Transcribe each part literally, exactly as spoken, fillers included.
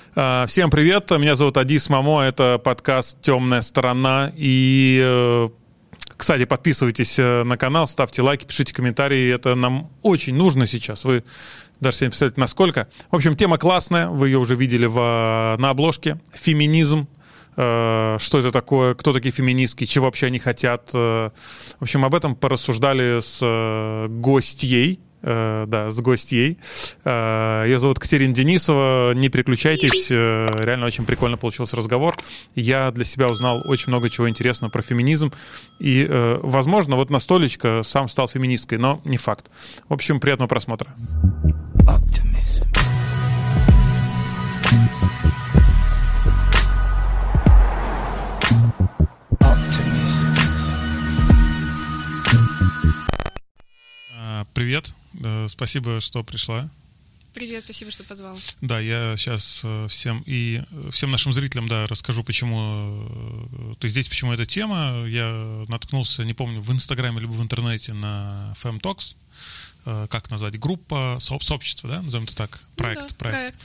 Всем привет, меня зовут Адис Мамо, это подкаст «Темная сторона». И, кстати, подписывайтесь на канал, ставьте лайки, пишите комментарии, это нам очень нужно сейчас, вы даже себе не представляете, насколько. В общем, тема классная, вы ее уже видели в, на обложке. Феминизм, что это такое, кто такие феминистки, чего вообще они хотят. В общем, об этом порассуждали с гостьей. Uh, да, с гостьей. Uh, ее зовут Катерина Денисова. Не переключайтесь. Uh, реально очень прикольно получился разговор. Я для себя узнал очень много чего интересного про феминизм. И, uh, возможно, вот настолечко сам стал феминисткой, но не факт. В общем, приятного просмотра. Привет, спасибо, что пришла. Привет, спасибо, что позвал. Да, я сейчас всем и всем нашим зрителям, да, расскажу, почему ты здесь, почему эта тема. Я наткнулся, не помню, в Инстаграме либо в интернете на FemTalks, как назвать, группа, сообщество, да, назовем это так, проект, ну да, проект. проект.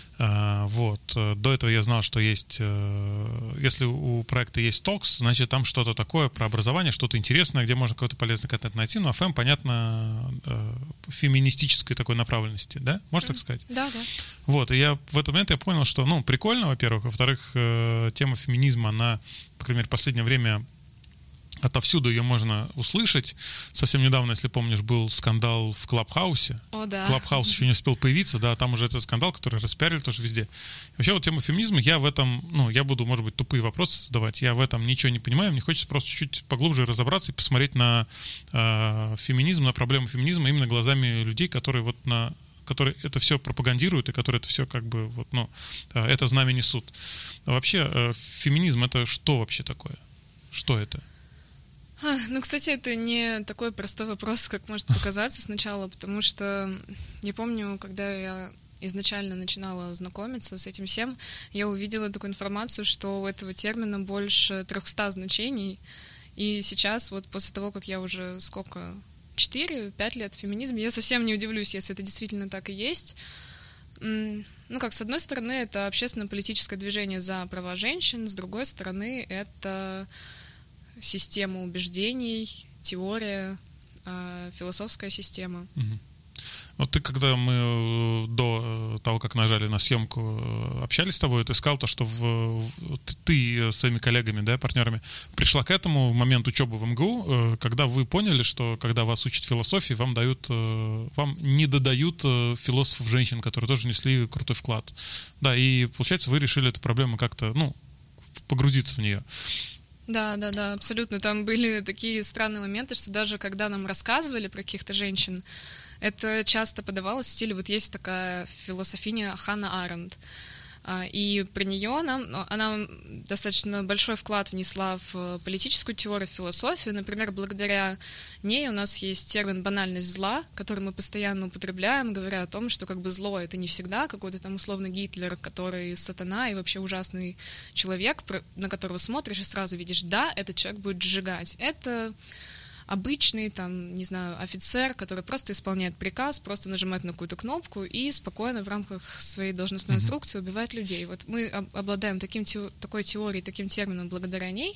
Вот. До этого я знал, что есть, если у проекта есть Talks, значит, там что-то такое про образование, что-то интересное, где можно какой-то полезный контент найти. Ну, а фэм, понятно, феминистической такой направленности, да? Можно так сказать? Да, да. Вот, и я в этот момент я понял, что, ну, прикольно, во-первых. Во-вторых, тема феминизма, она, по крайней мере, в последнее время отовсюду ее можно услышать. Совсем недавно, если помнишь, был скандал в Клабхаусе. О, да. Клабхаус еще не успел появиться, да, там уже этот скандал, который распиарили тоже везде. И вообще вот тема феминизма, я в этом, ну, я буду, может быть, тупые вопросы задавать, я в этом ничего не понимаю, мне хочется просто чуть-чуть поглубже разобраться и посмотреть на э, феминизм, на проблему феминизма именно глазами людей, которые вот на которые это все пропагандируют и которые это все как бы вот, ну, это знамя несут. А вообще э, феминизм — это что вообще такое? Что это? А, ну, кстати, это не такой простой вопрос, как может показаться сначала, потому что я помню, когда я изначально начинала знакомиться с этим всем, я увидела такую информацию, что у этого термина больше трехсот значений, и сейчас, вот после того, как я уже сколько, четыре-пять лет в феминизме, я совсем не удивлюсь, если это действительно так и есть. Ну, как, с одной стороны, это общественно-политическое движение за права женщин, с другой стороны, это система убеждений, теория, э, философская система. Угу. Вот ты, когда мы до того, как нажали на съемку, общались с тобой, ты сказал то, что в, ты с своими коллегами, да, партнерами, пришла к этому в момент учебы в эм гэ у, когда вы поняли, что когда вас учат философии, вам дают, вам не додают философов-женщин, которые тоже несли крутой вклад. Да, и получается, вы решили эту проблему как-то, ну, погрузиться в нее. Да, да, да, абсолютно. Там были такие странные моменты, что даже когда нам рассказывали про каких-то женщин, это часто подавалось в стиле, вот есть такая философиня Ханна Аренд, и про нее она, она достаточно большой вклад внесла в политическую теорию, в философию. Например, благодаря ней у нас есть термин «банальность зла», который мы постоянно употребляем, говоря о том, что как бы зло — это не всегда какой-то там условно Гитлер, который сатана и вообще ужасный человек, на которого смотришь и сразу видишь, да, этот человек будет сжигать. Это обычный, там, не знаю, офицер, который просто исполняет приказ, просто нажимает на какую-то кнопку и спокойно в рамках своей должностной инструкции убивает людей. Вот мы обладаем таким, такой теорией, таким термином благодаря ней,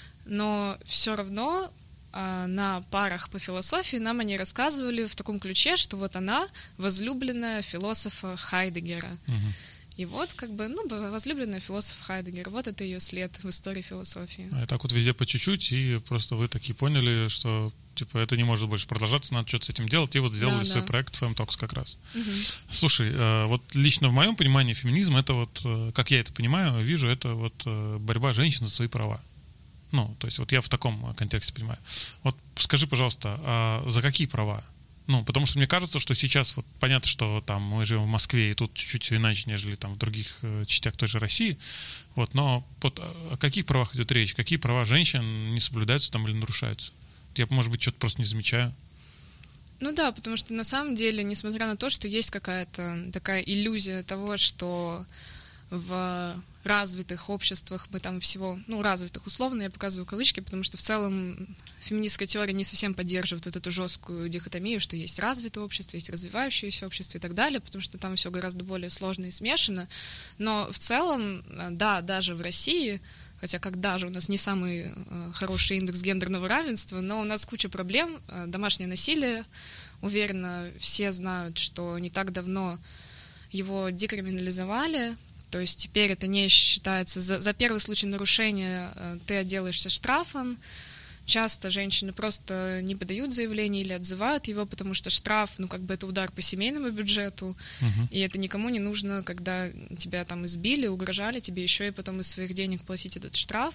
но все равно а, на парах по философии нам они рассказывали в таком ключе, что вот она возлюбленная философа Хайдеггера. Uh-huh. И вот, как бы, ну, возлюбленная философ Хайдеггер, вот это ее след в истории философии. И так вот везде по чуть-чуть, и просто вы такие поняли, что, типа, это не может больше продолжаться, надо что-то с этим делать, и вот сделали да, свой да. проект FemTalks как раз. Угу. Слушай, вот лично в моем понимании феминизм — это вот, как я это понимаю, вижу, это вот борьба женщин за свои права. Ну, то есть вот я в таком контексте понимаю. Вот скажи, пожалуйста, а за какие права? Ну, потому что мне кажется, что сейчас вот понятно, что там мы живем в Москве, и тут чуть-чуть все иначе, нежели там в других э, частях той же России. Вот, но вот, о каких правах идет речь? Какие права женщин не соблюдаются там или нарушаются? Я, может быть, что-то просто не замечаю. Ну да, потому что на самом деле, несмотря на то, что есть какая-то такая иллюзия того, что в развитых обществах, мы там всего, ну, развитых условно, я показываю кавычки, потому что в целом феминистская теория не совсем поддерживает вот эту жесткую дихотомию, что есть развитое общество, есть развивающееся общество и так далее, потому что там все гораздо более сложно и смешано. Но в целом, да, даже в России, хотя как даже у нас не самый хороший индекс гендерного равенства, но у нас куча проблем, домашнее насилие, уверена, все знают, что не так давно его декриминализовали. То есть теперь это не считается... За, за первый случай нарушения э, ты отделаешься штрафом. Часто женщины просто не подают заявление или отзывают его, потому что штраф, ну, как бы это удар по семейному бюджету, uh-huh. и это никому не нужно, когда тебя там избили, угрожали, тебе еще и потом из своих денег платить этот штраф.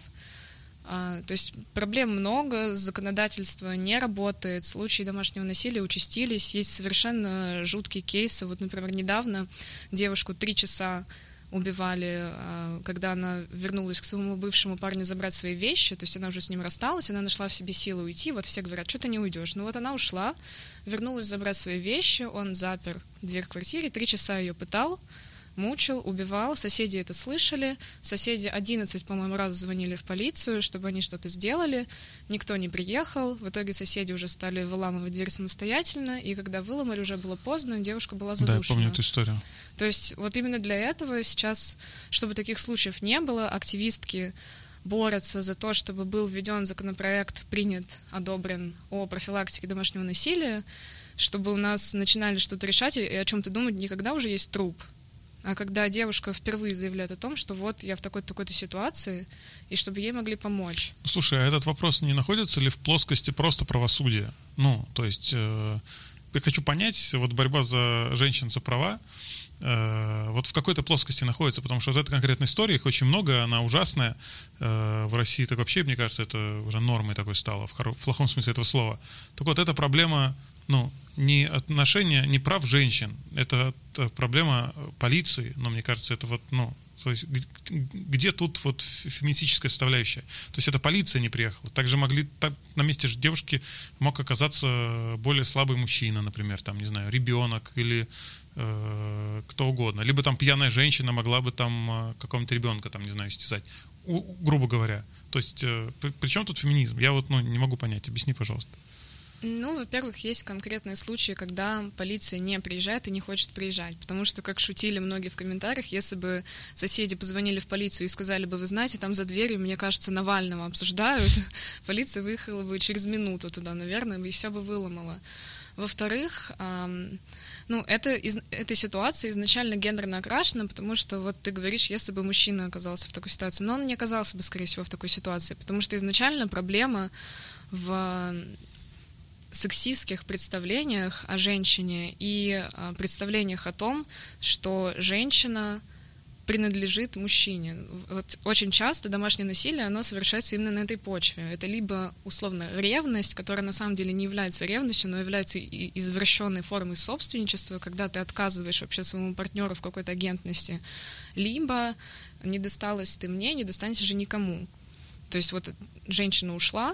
А, то есть проблем много, законодательство не работает, случаи домашнего насилия участились, есть совершенно жуткие кейсы. Вот, например, недавно девушку три часа убивали, когда она вернулась к своему бывшему парню забрать свои вещи, то есть она уже с ним рассталась, она нашла в себе силы уйти, вот все говорят, что ты не уйдешь. Ну вот она ушла, вернулась забрать свои вещи, он запер дверь в квартире, три часа ее пытал, мучил, убивал, соседи это слышали, соседи одиннадцать, по-моему, раз звонили в полицию, чтобы они что-то сделали, никто не приехал, в итоге соседи уже стали выламывать дверь самостоятельно, и когда выломали, уже было поздно, девушка была задушена. Да, я помню эту историю. То есть вот именно для этого сейчас, чтобы таких случаев не было, активистки борются за то, чтобы был введен законопроект, принят, одобрен о профилактике домашнего насилия, чтобы у нас начинали что-то решать и о чем-то думать не когда уже есть труп, а когда девушка впервые заявляет о том, что вот я в такой-то такой-то ситуации, и чтобы ей могли помочь. Слушай, а этот вопрос не находится ли в плоскости просто правосудия? Ну, то есть э, я хочу понять, вот борьба за женщин за права, э, вот в какой-то плоскости находится, потому что вот этой конкретной истории, их очень много, она ужасная. Э, в России так вообще, мне кажется, это уже нормой такой стало, в, хоро- в плохом смысле этого слова. Так вот, эта проблема, ну, не отношения, не прав женщин, это, это проблема полиции, но мне кажется, это вот, ну, то есть, где, где тут вот феминистическая составляющая? То есть это полиция не приехала. Также могли, так, на месте же девушки мог оказаться более слабый мужчина, например, там, не знаю, ребенок или э, кто угодно. Либо там пьяная женщина могла бы там э, какого-нибудь ребенка, там, не знаю, истязать, У, грубо говоря. То есть э, при, при чем тут феминизм? Я вот, ну, не могу понять. Объясни, пожалуйста. Ну, во-первых, есть конкретные случаи, когда полиция не приезжает и не хочет приезжать, потому что, как шутили многие в комментариях, если бы соседи позвонили в полицию и сказали бы, вы знаете, там за дверью, мне кажется, Навального обсуждают, полиция выехала бы через минуту туда, наверное, и все бы выломала. Во-вторых, эм, ну, это, из, эта ситуация изначально гендерно окрашена, потому что, вот ты говоришь, если бы мужчина оказался в такой ситуации, но он не оказался бы, скорее всего, в такой ситуации, потому что изначально проблема в сексистских представлениях о женщине и а, представлениях о том, что женщина принадлежит мужчине. Вот очень часто домашнее насилие, оно совершается именно на этой почве. Это либо, условно, ревность, которая на самом деле не является ревностью, но является извращенной формой собственничества, когда ты отказываешь вообще своему партнеру в какой-то агентности, либо не досталось ты мне, не достанешься же никому. То есть вот женщина ушла,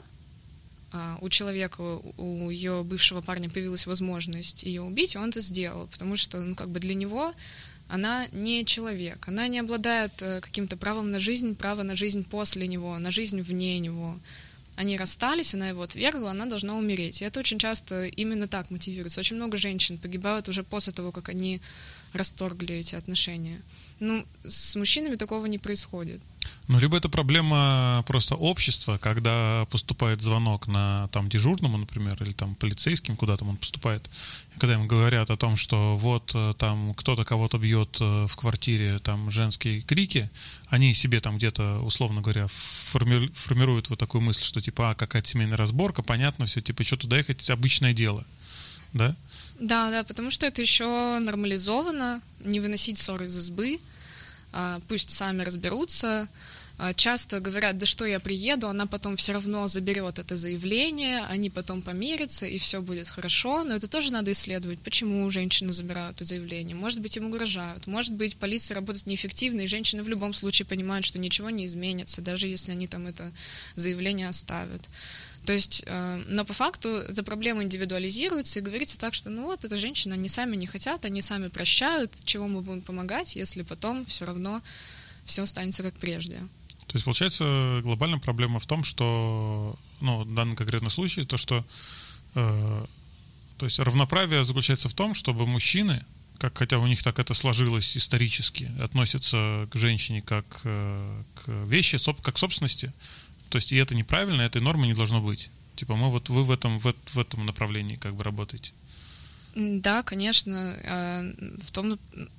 у человека, у ее бывшего парня появилась возможность ее убить, и он это сделал, потому что, ну, как бы для него она не человек, она не обладает каким-то правом на жизнь, право на жизнь после него, на жизнь вне него. Они расстались, она его отвергла, она должна умереть. И это очень часто именно так мотивируется. Очень много женщин погибают уже после того, как они расторгли эти отношения. Ну, с мужчинами такого не происходит. Ну, либо это проблема просто общества, когда поступает звонок на там дежурному, например, или там полицейским, куда там он поступает, когда им говорят о том, что вот там кто-то кого-то бьет в квартире, там женские крики, они себе там где-то, условно говоря, форми- формируют вот такую мысль, что типа, а, какая-то семейная разборка, понятно, все, типа, что туда ехать, обычное дело, да? Да, да, потому что это еще нормализовано, не выносить ссоры из избы, пусть сами разберутся. Часто говорят, да что я приеду, она потом все равно заберет это заявление, они потом помирятся, и все будет хорошо. Но это тоже надо исследовать, почему женщины забирают это заявление. Может быть, им угрожают, может быть, полиция работает неэффективно, и женщины в любом случае понимают, что ничего не изменится, даже если они там это заявление оставят. То есть, э, но по факту эта проблема индивидуализируется и говорится так, что ну вот, эта женщина, они сами не хотят, они сами прощают, чего мы будем помогать, если потом все равно все останется как прежде. То есть, получается, глобальная проблема в том, что, ну, в данном конкретном случае, то, что, э, то есть равноправие заключается в том, чтобы мужчины, как, хотя у них так это сложилось исторически, относятся к женщине как э, к вещи, как к собственности. То есть, и это неправильно, этой нормы не должно быть. Типа, мы вот вы в этом, в, в этом направлении как бы работаете. Да, конечно. В том,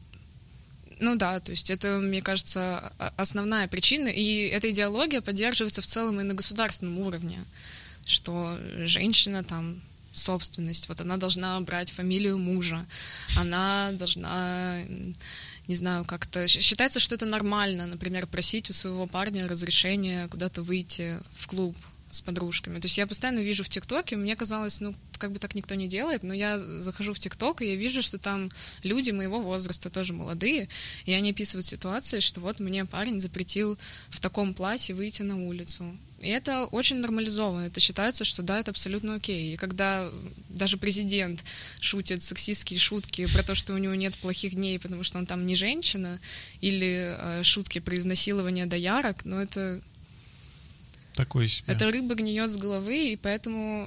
ну да, то есть это, мне кажется, основная причина, и эта идеология поддерживается в целом и на государственном уровне, что женщина там собственность, вот она должна брать фамилию мужа, она должна, не знаю, как-то... Считается, что это нормально, например, просить у своего парня разрешения куда-то выйти в клуб с подружками. То есть я постоянно вижу в ТикТоке, мне казалось, ну, как бы так никто не делает, но я захожу в ТикТок, и я вижу, что там люди моего возраста, тоже молодые, и они описывают ситуации, что вот мне парень запретил в таком платье выйти на улицу. И это очень нормализовано. Это считается, что да, это абсолютно окей. И когда даже президент шутит сексистские шутки про то, что у него нет плохих дней, потому что он там не женщина, или э, шутки про изнасилование доярок, ну это... Такой себе. Это рыба гниет с головы, и поэтому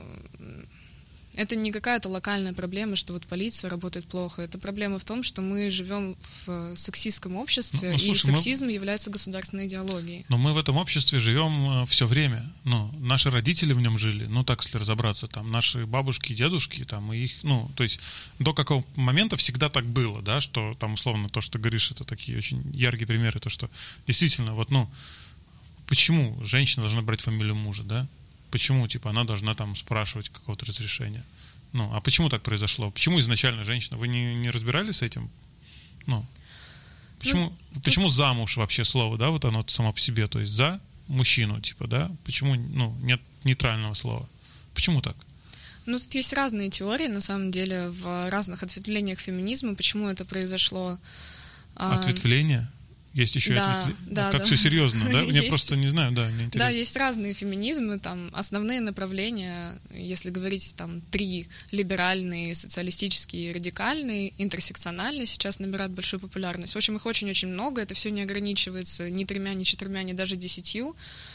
это не какая-то локальная проблема, что вот полиция работает плохо. Это проблема в том, что мы живем в сексистском обществе, ну, слушай, и сексизм мы... является государственной идеологией. Но мы в этом обществе живем все время. Ну, наши родители в нем жили, ну так, если разобраться, там, наши бабушки и дедушки, там, и их, ну, то есть до какого момента всегда так было, да, что там, условно, то, что ты говоришь, это такие очень яркие примеры, то, что действительно, вот, ну, почему женщина должна брать фамилию мужа, да? Почему, типа, она должна там спрашивать какого-то разрешения? Ну, а почему так произошло? Почему изначально женщина? Вы не, не разбирались с этим? Ну, почему, ну, почему тут... замуж вообще слово, да, вот оно само по себе, то есть за мужчину, типа, да? Почему, ну, нет нейтрального слова? Почему так? Ну, тут есть разные теории, на самом деле, в разных ответвлениях феминизма, почему это произошло. Ответвление? Есть еще да, ответвление. Да, как да. все серьезно, да? Я есть, просто не знаю, да, мне интересно. Да, есть разные феминизмы, там основные направления, если говорить там три: либеральный, социалистический, радикальный, интерсекциональный, сейчас набирают большую популярность. В общем, их очень-очень много, это все не ограничивается ни тремя, ни четырьмя, ни даже десятью.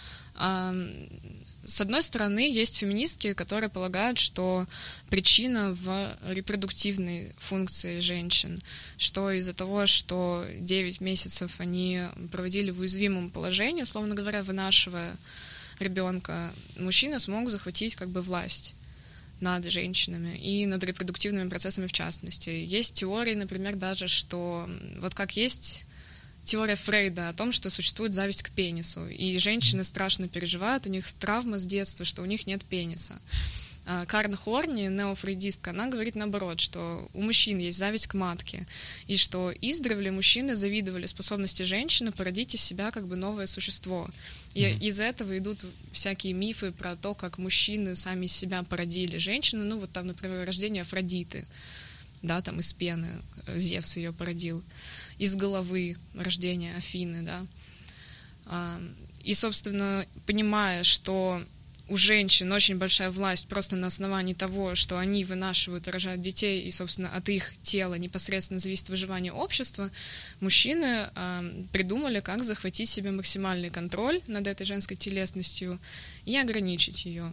С одной стороны, есть феминистки, которые полагают, что причина в репродуктивной функции женщин, что из-за того, что девять месяцев они проводили в уязвимом положении, условно говоря, вынашивая ребенка, мужчина смог захватить как бы власть над женщинами и над репродуктивными процессами в частности. Есть теории, например, даже, что вот как есть... теория Фрейда о том, что существует зависть к пенису, и женщины страшно переживают, у них травма с детства, что у них нет пениса. Карен Хорни, неофрейдистка, она говорит наоборот, что у мужчин есть зависть к матке, и что издревле мужчины завидовали способности женщины породить из себя как бы новое существо. И mm-hmm. из этого идут всякие мифы про то, как мужчины сами из себя породили женщину, ну вот там, например, рождение Афродиты, да, там из пены Зевс ее породил, из головы рождения Афины, да. И, собственно, понимая, что у женщин очень большая власть просто на основании того, что они вынашивают и рожают детей, и, собственно, от их тела непосредственно зависит выживание общества, мужчины придумали, как захватить себе максимальный контроль над этой женской телесностью и ограничить ее.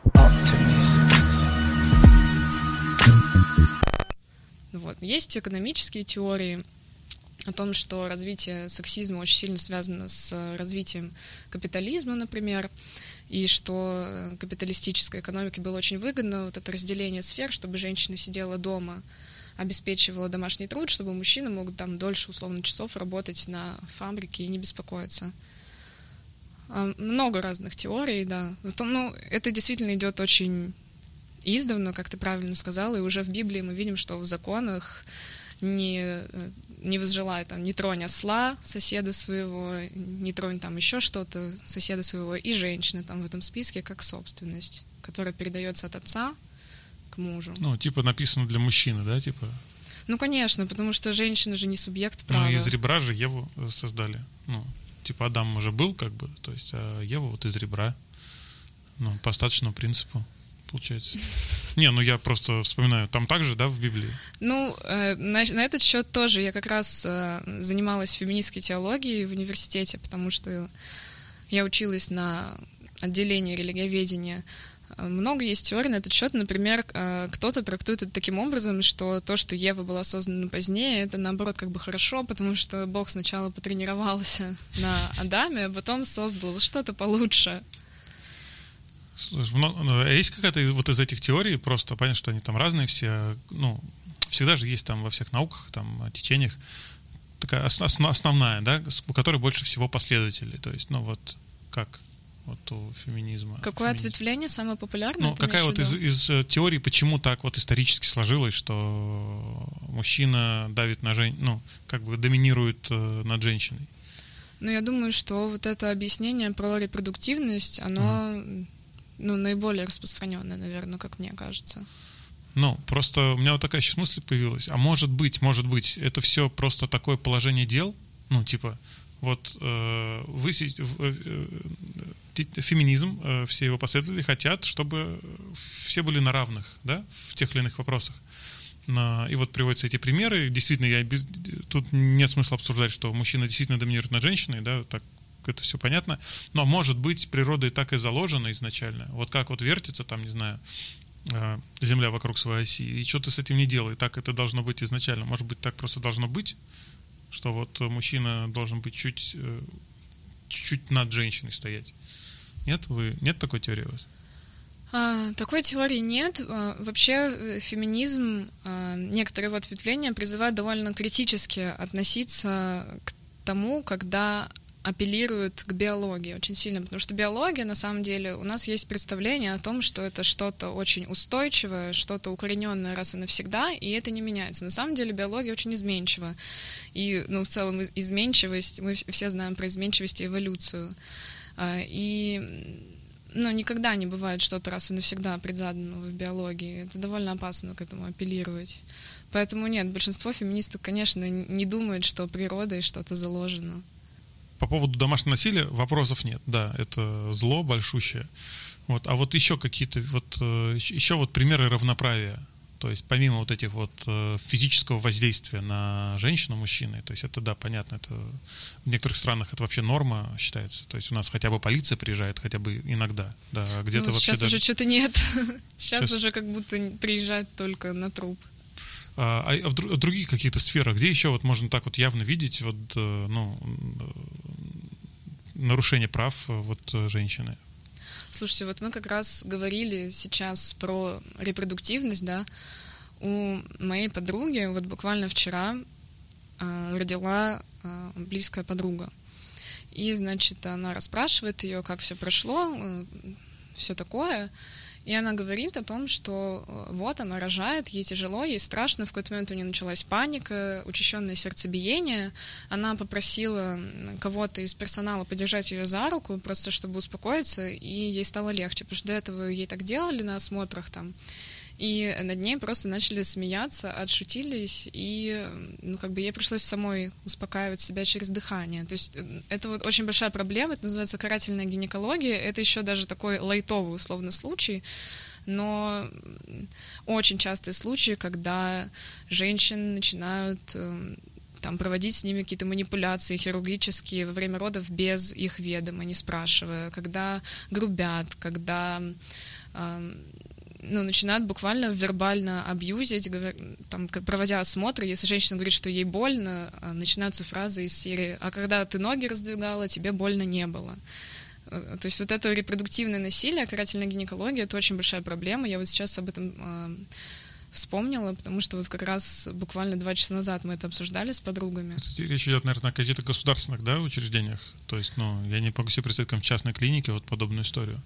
Вот. Есть экономические теории о том, что развитие сексизма очень сильно связано с развитием капитализма, например, и что капиталистической экономике было очень выгодно вот это разделение сфер, чтобы женщина сидела дома, обеспечивала домашний труд, чтобы мужчина мог там дольше, условно, часов работать на фабрике и не беспокоиться. Много разных теорий, да. Ну, это действительно идет очень издавна, как ты правильно сказала, и уже в Библии мы видим, что в законах не, не возжелай там, не тронь осла соседа своего, не тронь там еще что-то соседа своего, и женщина там в этом списке как собственность, которая передается от отца к мужу. Ну, типа написано для мужчины, да, типа? Ну, конечно, потому что женщина же не субъект права. Ну, из ребра же Еву создали. Ну, типа Адам уже был, как бы, то есть, а Ева вот из ребра. Ну, по остаточному принципу, получается. Не, ну я просто вспоминаю, там также, да, в Библии? Ну, э, на, на этот счет тоже. Я как раз э, занималась феминистской теологией в университете, потому что я училась на отделении религиоведения. Много есть теорий на этот счет. Например, э, кто-то трактует это таким образом, что то, что Ева была создана позднее, это наоборот как бы хорошо, потому что Бог сначала потренировался на Адаме, а потом создал что-то получше. Есть какая-то вот из этих теорий, просто понятно, что они там разные все, ну, всегда же есть там во всех науках, там, течениях, такая основ, основная, да, у которой больше всего последователей, то есть, ну, вот как вот у феминизма. Какое феминизм. Ответвление самое популярное? Ну, какая вот из, из теорий, почему так вот исторически сложилось, что мужчина давит на женщину, ну, как бы доминирует над женщиной? Ну, я думаю, что вот это объяснение про репродуктивность, оно... Mm. Ну, наиболее распространенная, наверное, как мне кажется. Ну, просто у меня вот такая сейчас мысль появилась. А может быть, может быть, это все просто такое положение дел? Ну, типа, вот э, вы, э, э, феминизм, э, все его последователи хотят, чтобы все были на равных, да, в тех или иных вопросах. На, и вот приводятся эти примеры. Действительно, я без, тут нет смысла обсуждать, что мужчина действительно доминирует над женщиной, да, так. Это все понятно, но может быть природой так и заложено изначально, вот как вот вертится там, не знаю, Земля вокруг своей оси, и что ты с этим не делай, так это должно быть изначально, может быть так просто должно быть, что вот мужчина должен быть чуть, чуть над женщиной стоять. Нет, вы, нет такой теории у вас? А, такой теории нет. А, вообще феминизм, а, некоторые его ответвления призывают довольно критически относиться к тому, когда апеллируют к биологии очень сильно, потому что биология, на самом деле, у нас есть представление о том, что это что-то очень устойчивое, что-то укорененное раз и навсегда, и это не меняется. На самом деле биология очень изменчива, и, ну, в целом изменчивость, мы все знаем про изменчивость и эволюцию, и, ну, никогда не бывает что-то раз и навсегда предзаданного в биологии, это довольно опасно к этому апеллировать. Поэтому нет, большинство феминисток, конечно, не думают, что природой что-то заложено. По поводу домашнего насилия вопросов нет. Да, это зло большущее. Вот. А вот еще какие-то вот еще вот примеры равноправия. То есть помимо вот этих вот физического воздействия на женщину, мужчины, то есть это, да, понятно, это в некоторых странах это вообще норма считается. То есть у нас хотя бы полиция приезжает, хотя бы иногда. Да, где-то ну, вообще сейчас даже... уже что-то нет. Сейчас, сейчас уже как будто приезжает только на труп. А, а в, дру, в других каких-то сферах, где еще вот можно так вот явно видеть вот, ну, нарушение прав вот женщины? Слушайте, вот мы как раз говорили сейчас про репродуктивность, да. У моей подруги вот буквально вчера э, родила э, близкая подруга. И, значит, она расспрашивает ее, как все прошло, э, все такое. И она говорит о том, что вот она рожает, ей тяжело, ей страшно, в какой-то момент у нее началась паника, учащенное сердцебиение. Она попросила кого-то из персонала подержать ее за руку, просто чтобы успокоиться, и ей стало легче, потому что до этого ей так делали на осмотрах там. И над ней просто начали смеяться, отшутились, и ну, как бы ей пришлось самой успокаивать себя через дыхание. То есть это вот очень большая проблема, это называется карательная гинекология, это еще даже такой лайтовый условно случай, но очень частые случаи, когда женщин начинают там, проводить с ними какие-то манипуляции хирургические во время родов без их ведома, не спрашивая, когда грубят, когда... ну, начинают буквально вербально абьюзить, там, проводя осмотр, если женщина говорит, что ей больно, начинаются фразы из серии «а когда ты ноги раздвигала, тебе больно не было». То есть вот это репродуктивное насилие, карательная гинекология, это очень большая проблема. Я вот сейчас об этом э, вспомнила, потому что вот как раз буквально два часа назад мы это обсуждали с подругами. Это речь идет, наверное, о каких-то государственных, да, учреждениях? То есть, ну, я не могу себе представить, как в частной клинике вот подобную историю.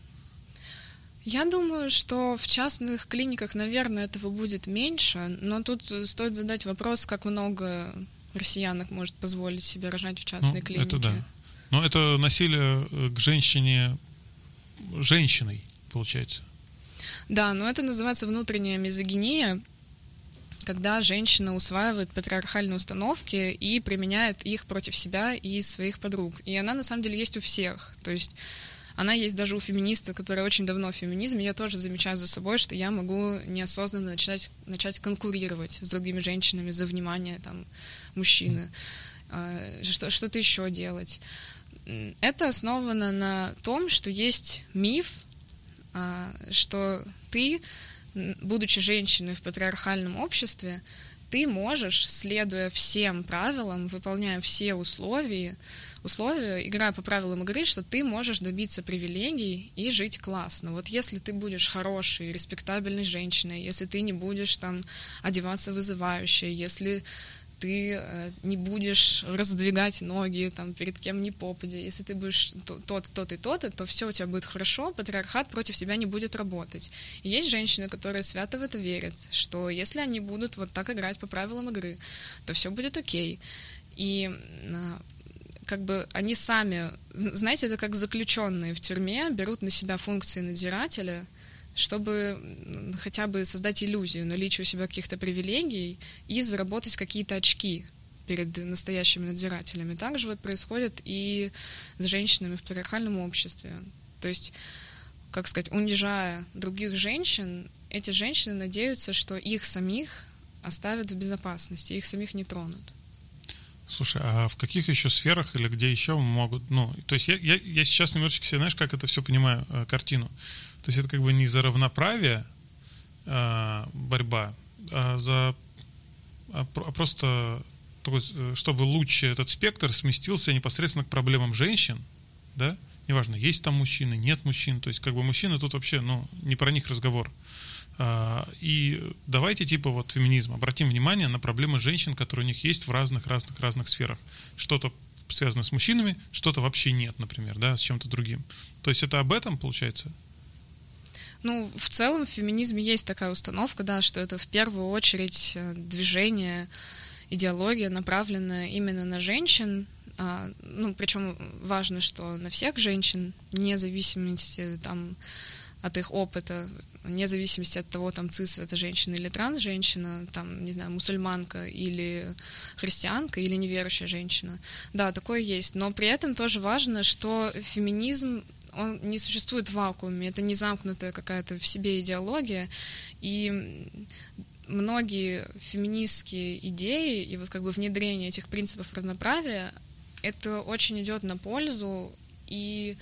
Я думаю, что в частных клиниках, наверное, этого будет меньше, но тут стоит задать вопрос, как много россиянок может позволить себе рожать в частной ну, клинике. Это да. Но это насилие к женщине женщиной, получается. Да, но это называется внутренняя мизогиния, когда женщина усваивает патриархальные установки и применяет их против себя и своих подруг. И она, на самом деле, есть у всех. То есть она есть даже у феминисток, которая очень давно в феминизме. Я тоже замечаю за собой, что я могу неосознанно начинать, начать конкурировать с другими женщинами за внимание там, мужчины. Что, что-то еще делать. Это основано на том, что есть миф, что ты, будучи женщиной в патриархальном обществе, ты можешь, следуя всем правилам, выполняя все условия, условия, играя по правилам игры, что ты можешь добиться привилегий и жить классно. Вот если ты будешь хорошей, респектабельной женщиной, если ты не будешь там одеваться вызывающе, если ты не будешь раздвигать ноги там, перед кем ни попадя, если ты будешь тот, тот и тот, то все у тебя будет хорошо, патриархат против тебя не будет работать. И есть женщины, которые свято в это верят, что если они будут вот так играть по правилам игры, то все будет окей. И как бы они сами, знаете, это как заключенные в тюрьме берут на себя функции надзирателя, чтобы хотя бы создать иллюзию наличия у себя каких-то привилегий и заработать какие-то очки перед настоящими надзирателями. Также вот происходит и с женщинами в патриархальном обществе. То есть, как сказать, унижая других женщин, эти женщины надеются, что их самих оставят в безопасности, их самих не тронут. Слушай, а в каких еще сферах или где еще могут... Ну, то есть я, я, я сейчас немножечко себе, знаешь, как это все понимаю, э, картину. То есть это как бы не за равноправие э, борьба, а за... А, а просто такой, чтобы луч, этот спектр сместился непосредственно к проблемам женщин, да? Неважно, есть там мужчины, нет мужчин. То есть как бы мужчины тут вообще, ну, не про них разговор. И давайте типа вот феминизм обратим внимание на проблемы женщин, которые у них есть в разных-разных-разных сферах. Что-то связано с мужчинами, что-то вообще нет, например, да, с чем-то другим. То есть это об этом получается? Ну, в целом в феминизме есть такая установка, да, что это в первую очередь движение, идеология, направленная именно на женщин. Ну, причем важно, что на всех женщин, вне зависимости там от их опыта, вне зависимости от того, там, цис это женщина или транс-женщина, там, не знаю, мусульманка или христианка или неверующая женщина. Да, такое есть. Но при этом тоже важно, что феминизм, он не существует в вакууме, это не замкнутая какая-то в себе идеология, и многие феминистские идеи и вот как бы внедрение этих принципов равноправия, это очень идет на пользу и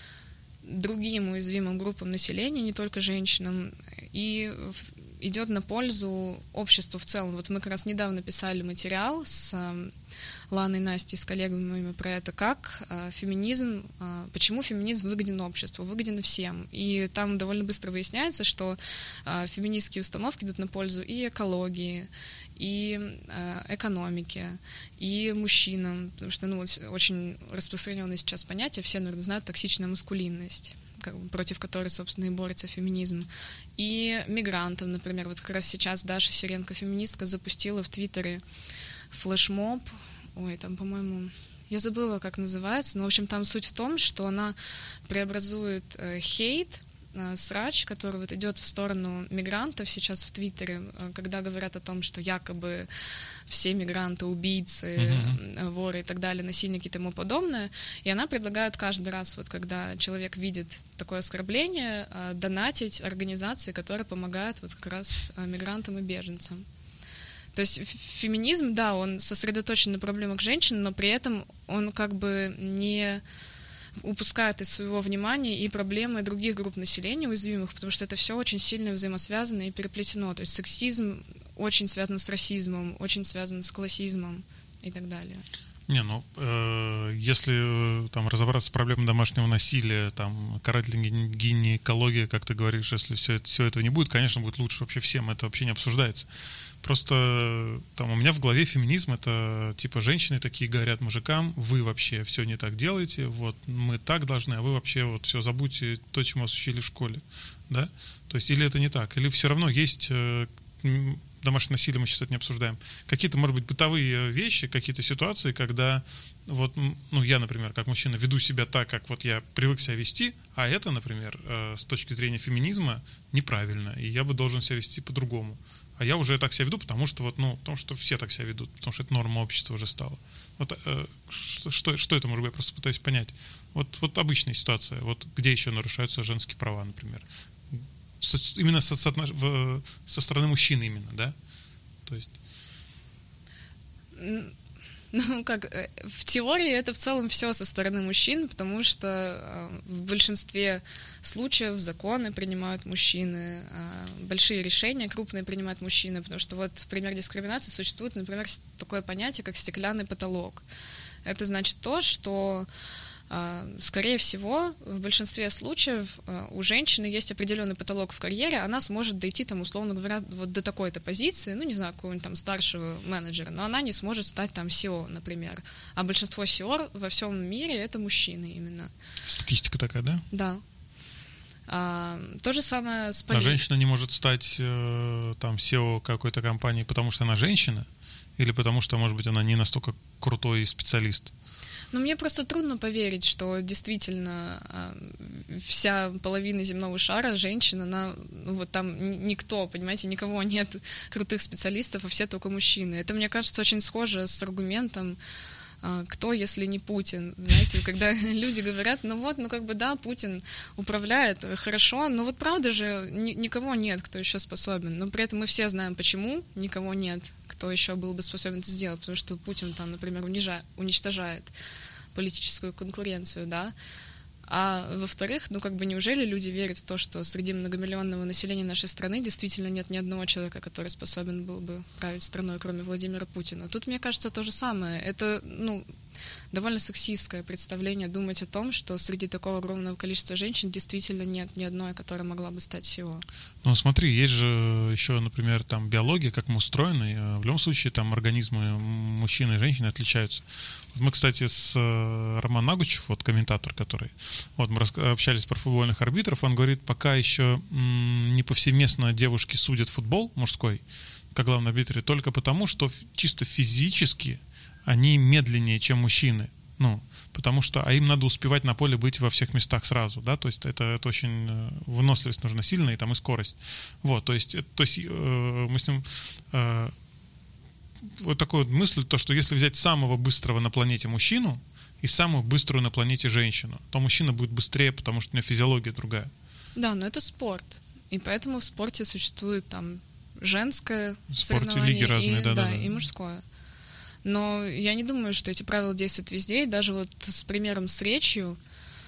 другим уязвимым группам населения, не только женщинам, и идет на пользу обществу в целом. Вот мы как раз недавно писали материал с Ланой, Настей, с коллегами про это, как феминизм, почему феминизм выгоден обществу, выгоден всем. И там довольно быстро выясняется, что феминистские установки идут на пользу и экологии, и экономике, и мужчинам, потому что ну, вот очень распространенное сейчас понятие, все, наверное, знают, токсичная маскулинность, против которой, собственно, и борется феминизм, и мигрантам, например. Вот как раз сейчас Даша Сиренко, феминистка, запустила в Твиттере флешмоб, ой, там, по-моему, я забыла, как называется, но, в общем, там суть в том, что она преобразует э, хейт, срач, который вот идет в сторону мигрантов сейчас в Твиттере, когда говорят о том, что якобы все мигранты, убийцы, uh-huh. воры и так далее, насильники и тому подобное. И она предлагает каждый раз, вот когда человек видит такое оскорбление, донатить организации, которые помогают вот как раз мигрантам и беженцам. То есть феминизм, да, он сосредоточен на проблемах женщин, но при этом он как бы не упускают из своего внимания и проблемы других групп населения уязвимых, потому что это все очень сильно взаимосвязано и переплетено. То есть сексизм очень связан с расизмом, очень связан с классизмом и так далее. Не, ну, э, если там разобраться с проблемой домашнего насилия, там, карательная гинекология, как ты говоришь, если все это, все этого не будет, конечно, будет лучше вообще всем, это вообще не обсуждается. Просто там у меня в голове феминизм — это типа женщины такие говорят мужикам: вы вообще все не так делаете, вот мы так должны, а вы вообще вот все забудьте, то, чему вас учили в школе, да? То есть или это не так, или все равно есть... Э, домашнее насилие, мы сейчас это не обсуждаем. Какие-то, может быть, бытовые вещи, какие-то ситуации, когда вот, ну, я, например, как мужчина веду себя так, как вот я привык себя вести, а это, например, с точки зрения феминизма неправильно, и я бы должен себя вести по-другому. а я уже так себя веду, потому что вот, ну, потому что все так себя ведут, потому что это норма общества уже стала. Вот э, что, что, что это может быть? Я просто пытаюсь понять. Вот, вот обычная ситуация, вот где еще нарушаются женские права, например. Со, именно со, со, в, со стороны мужчин именно, да? То есть... Ну, как, в теории это в целом все со стороны мужчин, потому что в большинстве случаев законы принимают мужчины, большие решения крупные принимают мужчины, потому что вот пример дискриминации существует, например, такое понятие, как стеклянный потолок. Это значит то, что, скорее всего, в большинстве случаев у женщины есть определенный потолок в карьере, она сможет дойти, там, условно говоря, вот до такой-то позиции, ну, не знаю, какого-нибудь там старшего менеджера, но она не сможет стать там си и о, например. А большинство си и о во всем мире — это мужчины именно. Статистика такая, да? Да. А, то же самое с полей. А женщина не может стать э, там си и о какой-то компании, потому что она женщина? Или потому что, может быть, она не настолько крутой специалист? Ну, мне просто трудно поверить, что действительно вся половина земного шара женщина, она, ну, вот там никто, понимаете, никого нет крутых специалистов, а все только мужчины. Это, мне кажется, очень схоже с аргументом «кто, если не Путин?». Знаете, когда люди говорят, ну вот, ну как бы да, Путин управляет хорошо, но вот правда же ни, никого нет, кто еще способен. Но при этом мы все знаем, почему никого нет, кто еще был бы способен это сделать, потому что Путин там, например, унижает, уничтожает политическую конкуренцию, да. А во-вторых, ну как бы неужели люди верят в то, что среди многомиллионного населения нашей страны действительно нет ни одного человека, который способен был бы править страной, кроме Владимира Путина? Тут, мне кажется, то же самое. Это, ну, довольно сексистское представление думать о том, что среди такого огромного количества женщин действительно нет ни одной, которая могла бы стать си и о. Ну, смотри, есть же еще, например, там биология, как мы устроены. В любом случае, там организмы мужчины и женщины отличаются. Вот мы, кстати, с Романом Нагучев, вот комментатор, который, вот мы общались про футбольных арбитров, он говорит, пока еще м, не повсеместно девушки судят футбол мужской, как главный арбитр, только потому, что чисто физически они медленнее, чем мужчины. Ну, потому что, а им надо успевать на поле быть во всех местах сразу, да, то есть это, это очень, выносливость нужна сильная, и там и скорость. Вот, то есть, то есть э, мы с ним, э, вот такая вот мысль, то, что если взять самого быстрого на планете мужчину и самую быструю на планете женщину, то мужчина будет быстрее, потому что у него физиология другая. Да, но это спорт, и поэтому в спорте существует там женское в спорте лиги разные, и, да, да, да, да, и мужское. Но я не думаю, что эти правила действуют везде, и даже вот с примером с речью,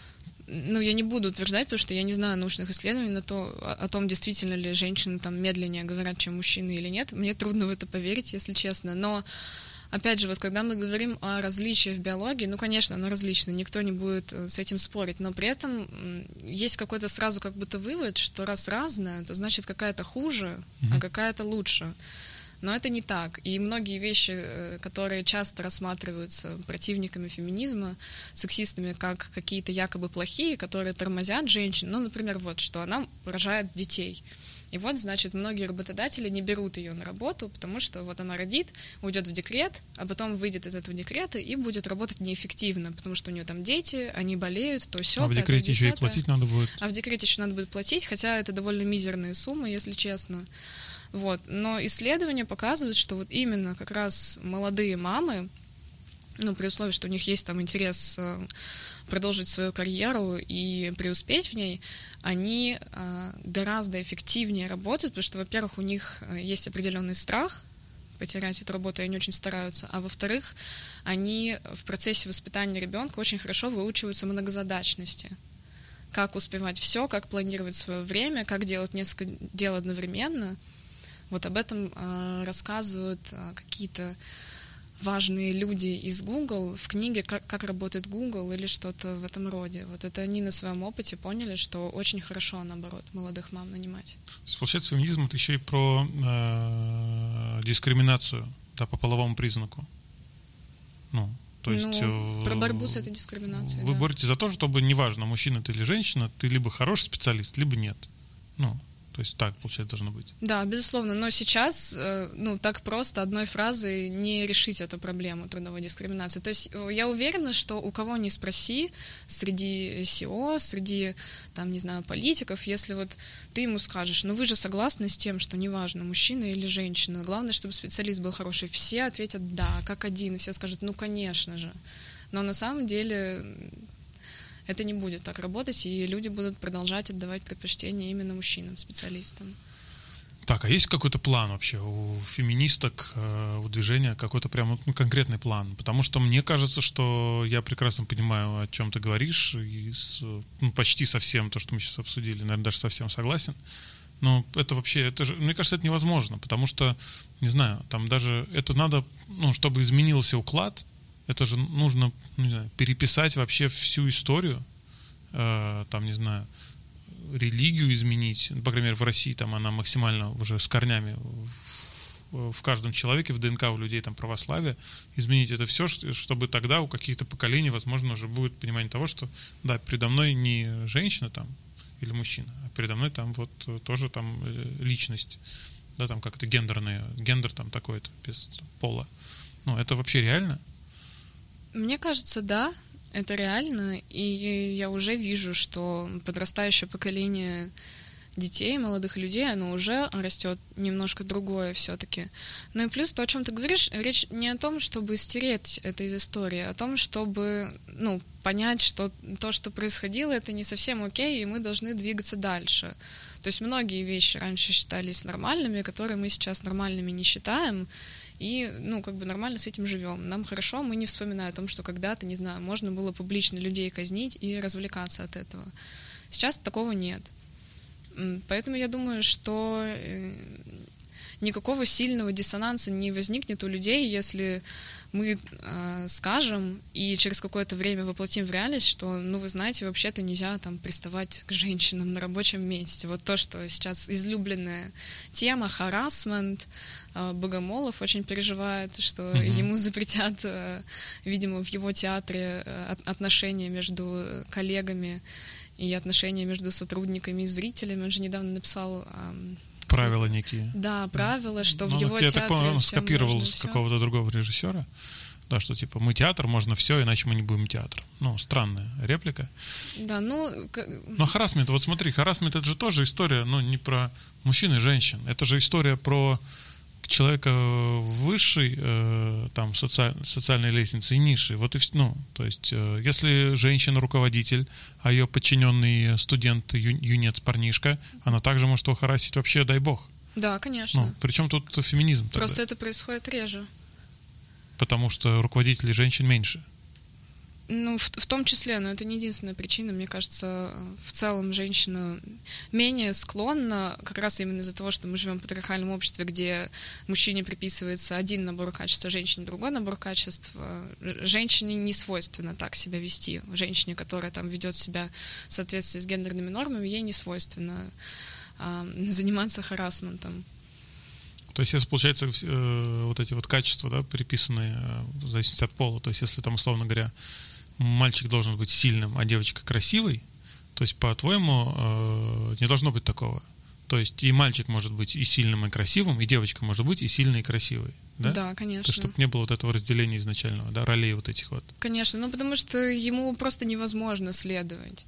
ну, я не буду утверждать, потому что я не знаю научных исследований на то, о том, действительно ли женщины там медленнее говорят, чем мужчины или нет. Мне трудно в это поверить, если честно. Но, опять же, вот когда мы говорим о различиях в биологии, ну, конечно, оно различно, никто не будет с этим спорить, но при этом есть какой-то сразу как будто вывод, что раз разное, то значит какая-то хуже, mm-hmm. а какая-то лучше. Но это не так. И многие вещи, которые часто рассматриваются противниками феминизма, сексистами, как какие-то якобы плохие, которые тормозят женщин, ну, например, вот, что она рожает детей. И вот, значит, многие работодатели не берут ее на работу, потому что вот она родит, уйдет в декрет, а потом выйдет из этого декрета и будет работать неэффективно, потому что у нее там дети, они болеют, то сё. А в декрете еще и платить надо будет. А в декрете еще надо будет платить, хотя это довольно мизерные суммы, если честно. Вот. Но исследования показывают, что вот именно как раз молодые мамы, ну, при условии, что у них есть там интерес продолжить свою карьеру и преуспеть в ней, они гораздо эффективнее работают, потому что, во-первых, у них есть определенный страх потерять эту работу, и они очень стараются, а во-вторых, они в процессе воспитания ребенка очень хорошо выучиваются многозадачности. Как успевать все, как планировать свое время, как делать несколько дел одновременно. Вот об этом э, рассказывают э, какие-то важные люди из Google в книге «Как, «Как работает Google» или что-то в этом роде. Вот это они на своем опыте поняли, что очень хорошо, наоборот, молодых мам нанимать. Получается, феминизм — это еще и про э, дискриминацию, да, по половому признаку. Ну, то есть... Ну, про борьбу с этой дискриминацией, Вы да. боретесь за то, чтобы, неважно, мужчина ты или женщина, ты либо хороший специалист, либо нет. Ну, То есть так, получается, должно быть. Да, безусловно, но сейчас, ну, так просто одной фразой не решить эту проблему трудовой дискриминации. То есть я уверена, что у кого ни спроси, среди СИО, среди, там, не знаю, политиков, если вот ты ему скажешь, ну, вы же согласны с тем, что неважно, мужчина или женщина, главное, чтобы специалист был хороший, все ответят «да», как один, и все скажут «ну, конечно же». Но на самом деле это не будет так работать, и люди будут продолжать отдавать предпочтение именно мужчинам, специалистам. Так, а есть какой-то план вообще у феминисток, у движения, какой-то прям ну, конкретный план? Потому что мне кажется, что я прекрасно понимаю, о чем ты говоришь, и с, ну, почти со всем то, что мы сейчас обсудили, наверное, даже совсем согласен. Но это вообще, это же, мне кажется, это невозможно, потому что, не знаю, там даже это надо, ну, чтобы изменился уклад, это же нужно, не знаю, переписать вообще всю историю, э, там, не знаю, религию изменить, по крайней мере, в России там она максимально уже с корнями в, в каждом человеке, в ДНК у людей там православие, изменить это все, чтобы тогда у каких-то поколений, возможно, уже будет понимание того, что, да, передо мной не женщина там или мужчина, а передо мной там вот тоже там личность, да, там как-то гендерная, гендер там такой-то, без пола. Ну, это вообще реально? Мне кажется, да, это реально, и я уже вижу, что подрастающее поколение детей, молодых людей, оно уже растет немножко другое все-таки. Ну и плюс то, о чем ты говоришь, речь не о том, чтобы стереть это из истории, а о том, чтобы, ну, понять, что то, что происходило, это не совсем окей, и мы должны двигаться дальше. То есть многие вещи раньше считались нормальными, которые мы сейчас нормальными не считаем, и, ну, как бы нормально с этим живем. Нам хорошо, мы не вспоминаем о том, что когда-то, не знаю, можно было публично людей казнить и развлекаться от этого. Сейчас такого нет. Поэтому я думаю, что никакого сильного диссонанса не возникнет у людей, если мы э, скажем и через какое-то время воплотим в реальность, что, ну, вы знаете, вообще-то нельзя там приставать к женщинам на рабочем месте. Вот то, что сейчас излюбленная тема, харассмент, э, Богомолов очень переживает, что mm-hmm. ему запретят, э, видимо, в его театре э, отношения между коллегами и отношения между сотрудниками и зрителями. Он же недавно написал... Э, Правила некие. Да, правила, что ну, в его я театре... так понял, он скопировал с все. какого-то другого режиссера, да, что типа мы театр, можно все, иначе мы не будем театр. Ну, странная реплика. Да, ну... Но харассмент, вот смотри, харассмент это же тоже история, ну, не про мужчин и женщин, это же история про человека высшей э, там социаль, социальной лестницы и низшей. Вот и ну, то есть, э, если женщина руководитель, а ее подчиненный студент, ю, юнец, парнишка, она также может его харассить вообще, дай бог. Да, конечно. Ну, причем тут феминизм тогда? Просто это происходит реже. Потому что руководителей женщин меньше. Ну, в, в том числе, но это не единственная причина. Мне кажется, в целом женщина менее склонна, как раз именно из-за того, что мы живем в патриархальном обществе, где мужчине приписывается один набор качеств, а женщине другой набор качеств. Женщине не свойственно так себя вести. Женщине, которая там ведет себя в соответствии с гендерными нормами, ей не свойственно а, заниматься харассментом. То есть, если, получается, э, вот эти вот качества, да, приписанные э, в зависимости от пола, то есть, если там, условно говоря, мальчик должен быть сильным, а девочка красивой, то есть, по-твоему, э, не должно быть такого. То есть, и мальчик может быть и сильным, и красивым, и девочка может быть и сильной, и красивой. Да, да, конечно. То есть, чтобы не было вот этого разделения изначального, да, ролей вот этих вот. Конечно, ну потому что ему просто невозможно следовать.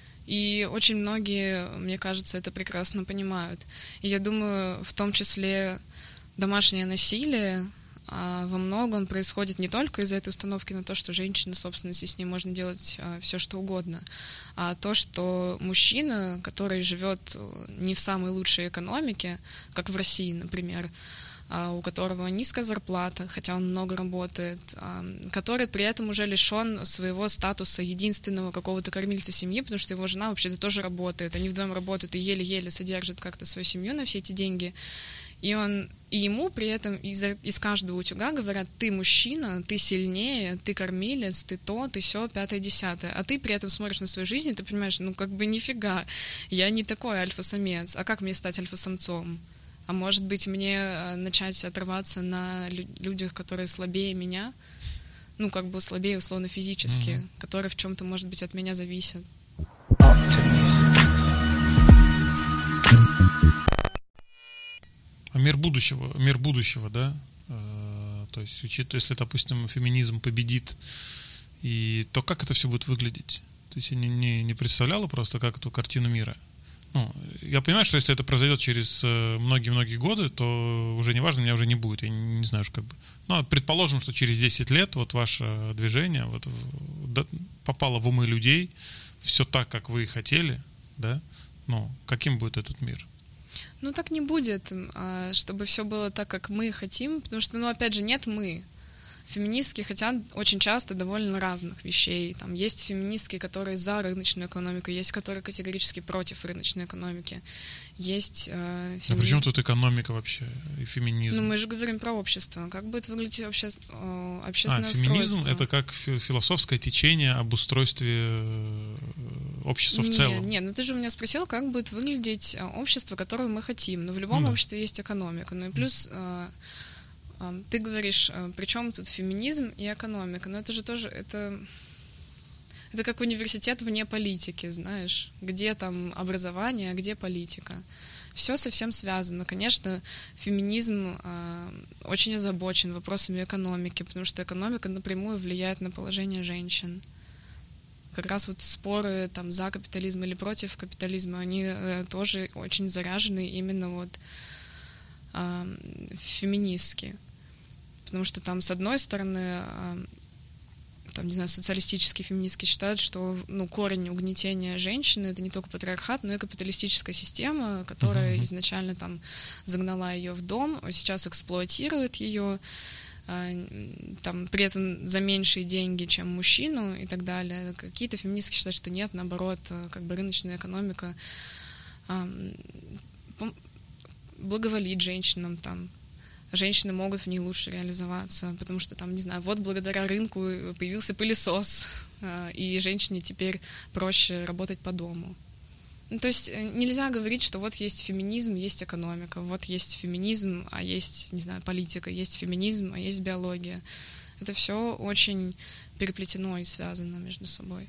И очень многие, мне кажется, это прекрасно понимают. И я думаю, в том числе домашнее насилие а, во многом происходит не только из-за этой установки на то, что женщина, собственно, с ней можно делать а, все, что угодно, а то, что мужчина, который живет не в самой лучшей экономике, как в России, например, а, у которого низкая зарплата, хотя он много работает, а, который при этом уже лишен своего статуса единственного какого-то кормильца семьи, потому что его жена вообще-то тоже работает, они вдвоем работают и еле-еле содержат как-то свою семью на все эти деньги. И он, и ему при этом из, из каждого утюга говорят: ты мужчина, ты сильнее, ты кормилец, ты то, ты сё, пятое, десятое. А ты при этом смотришь на свою жизнь, и ты понимаешь, ну как бы нифига, я не такой альфа-самец. А как мне стать альфа-самцом? А может быть, мне начать отрываться на людях, которые слабее меня? Ну, как бы слабее условно физически, mm-hmm. которые в чем-то, может быть, от меня зависят. Мир будущего, мир будущего, да? То есть, учитывая, если, допустим, феминизм победит, и, то как это все будет выглядеть? То есть я не, не, не представляла просто, как эту картину мира. Ну, я понимаю, что если это произойдет через многие-многие годы, то уже не важно, меня уже не будет. Я не, не знаю, как бы. Но предположим, что через десять лет вот ваше движение вот, попало в умы людей, все так, как вы хотели, да? Ну, каким будет этот мир? Ну, так не будет, чтобы все было так, как мы хотим, потому что, ну, опять же, нет мы. Феминистки хотят очень часто довольно разных вещей. Там есть феминистки, которые за рыночную экономику, есть, которые категорически против рыночной экономики. Есть э, феми... А при чем тут экономика вообще и феминизм? Ну, мы же говорим про общество. Как будет выглядеть обще... э, общественное а, устройство? Феминизм — это как философское течение об устройстве общества в не, целом. Не, ну ты же у меня спросил, как будет выглядеть общество, которое мы хотим. Но в любом ну, да. обществе есть экономика. Ну и плюс... Э, Ты говоришь, при чем тут феминизм и экономика? Но это же тоже, это, это как университет вне политики, знаешь, где там образование, а где политика. Все совсем связано. Конечно, феминизм э, очень озабочен вопросами экономики, потому что экономика напрямую влияет на положение женщин. Как раз вот споры там за капитализм или против капитализма, они э, тоже очень заряжены именно вот э, феминистски. Потому что там, с одной стороны, там, не знаю, социалистические феминистки считают, что, ну, корень угнетения женщины — это не только патриархат, но и капиталистическая система, которая uh-huh. изначально там загнала ее в дом, а сейчас эксплуатирует ее, там, при этом за меньшие деньги, чем мужчину и так далее. Какие-то феминистки считают, что нет, наоборот, как бы рыночная экономика благоволит женщинам, там, женщины могут в ней лучше реализоваться, потому что там, не знаю, вот благодаря рынку появился пылесос, и женщине теперь проще работать по дому. Ну, то есть нельзя говорить, что вот есть феминизм, есть экономика, вот есть феминизм, а есть, не знаю, политика, есть феминизм, а есть биология. Это все очень переплетено и связано между собой.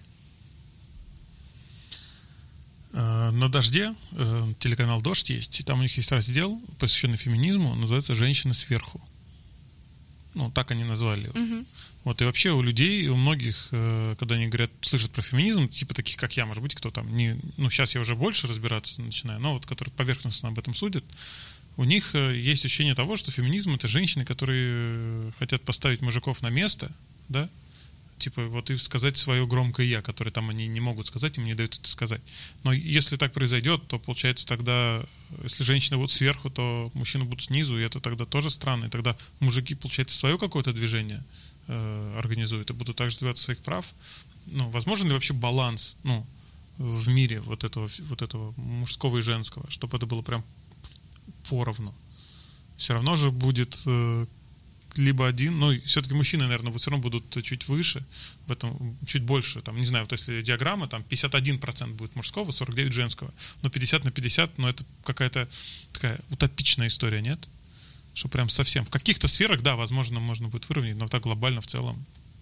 На «Дожде» телеканал «Дождь» есть, и там у них есть раздел, посвященный феминизму, называется «Женщина сверху». Ну, так они назвали его. Uh-huh. Вот, и вообще у людей, у многих, когда они говорят, слышат про феминизм, типа таких, как я, может быть, кто там, не, ну, сейчас я уже больше разбираться начинаю, но вот, которые поверхностно об этом судят, у них есть ощущение того, что феминизм — это женщины, которые хотят поставить мужиков на место, да, типа вот и сказать свое громкое «я», которое там они не могут сказать, им не дают это сказать. Но если так произойдет, то получается тогда, если женщины будут сверху, то мужчины будут снизу, и это тогда тоже странно. И тогда мужики, получается, свое какое-то движение э, организуют и будут также добиваться своих прав. Ну, возможен ли вообще баланс, ну, в мире вот этого, вот этого мужского и женского, чтобы это было прям поровну? Все равно же будет... Э, либо один, но все-таки мужчины, наверное, вот все равно будут чуть выше, в этом чуть больше, там, не знаю, вот если диаграмма, там пятьдесят один процент будет мужского, сорок девять процентов женского, но пятьдесят на пятьдесят, ну, это какая-то такая утопичная история, нет? Что прям совсем. В каких-то сферах, да, возможно, можно будет выровнять, но так глобально в целом.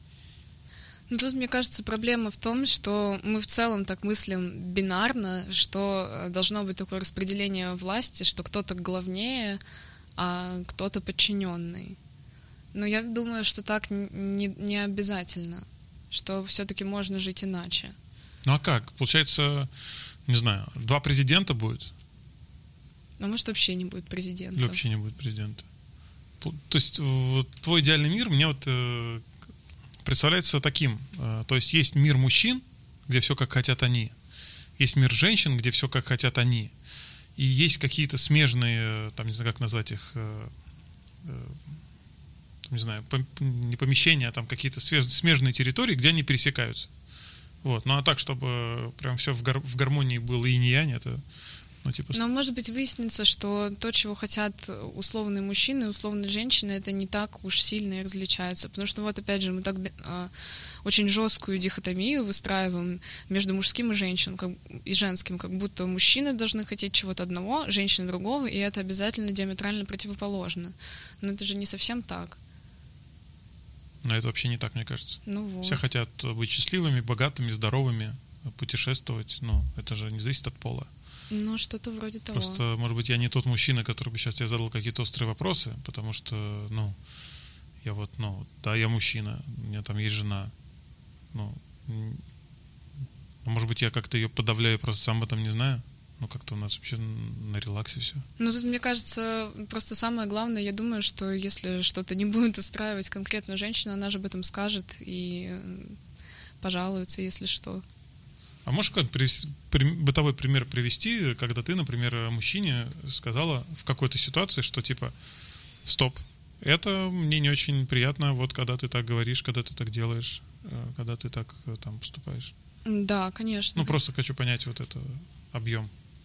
Ну, тут, мне кажется, проблема в том, что мы в целом так мыслим бинарно, что должно быть такое распределение власти, что кто-то главнее, а кто-то подчиненный. Но я думаю, что так не, не обязательно, что все-таки можно жить иначе. Ну а как? Получается, не знаю, два президента будет? А может, вообще не будет президента. Или вообще не будет президента. То есть вот, твой идеальный мир мне вот э, представляется таким. Э, то есть есть мир мужчин, где все как хотят они. Есть мир женщин, где все как хотят они. И есть какие-то смежные, там, не знаю, как назвать их... Э, э, не знаю, не помещения, а там какие-то смежные территории, где они пересекаются. Вот. Ну а так, чтобы прям все в, гар- в гармонии было и не янь, это, ну, типа... Но может быть выяснится, что то, чего хотят условные мужчины и условные женщины, это не так уж сильно и различаются. Потому что вот опять же мы так а, очень жесткую дихотомию выстраиваем между мужским и женщиной, как, и женским, как будто мужчины должны хотеть чего-то одного, женщины другого, и это обязательно диаметрально противоположно. Но это же не совсем так. Но это вообще не так, мне кажется. Ну вот. Все хотят быть счастливыми, богатыми, здоровыми, путешествовать. Но это же не зависит от пола. Ну, что-то вроде того. Просто, может быть, я не тот мужчина, который бы сейчас тебе задал какие-то острые вопросы, потому что, ну, я вот, ну, да, я мужчина, у меня там есть жена, ну, может быть, я как-то ее подавляю, просто сам об этом не знаю. Ну, как-то у нас вообще на релаксе все. Ну, тут, мне кажется, просто самое главное, я думаю, что если что-то не будет устраивать конкретную женщину, она же об этом скажет и пожалуется, если что. А можешь какой-то бытовой пример привести, когда ты, например, мужчине сказала в какой-то ситуации, что типа, стоп, это мне не очень приятно, вот когда ты так говоришь, когда ты так делаешь, когда ты так там поступаешь? Да, конечно. Ну, просто хочу понять вот этот объем.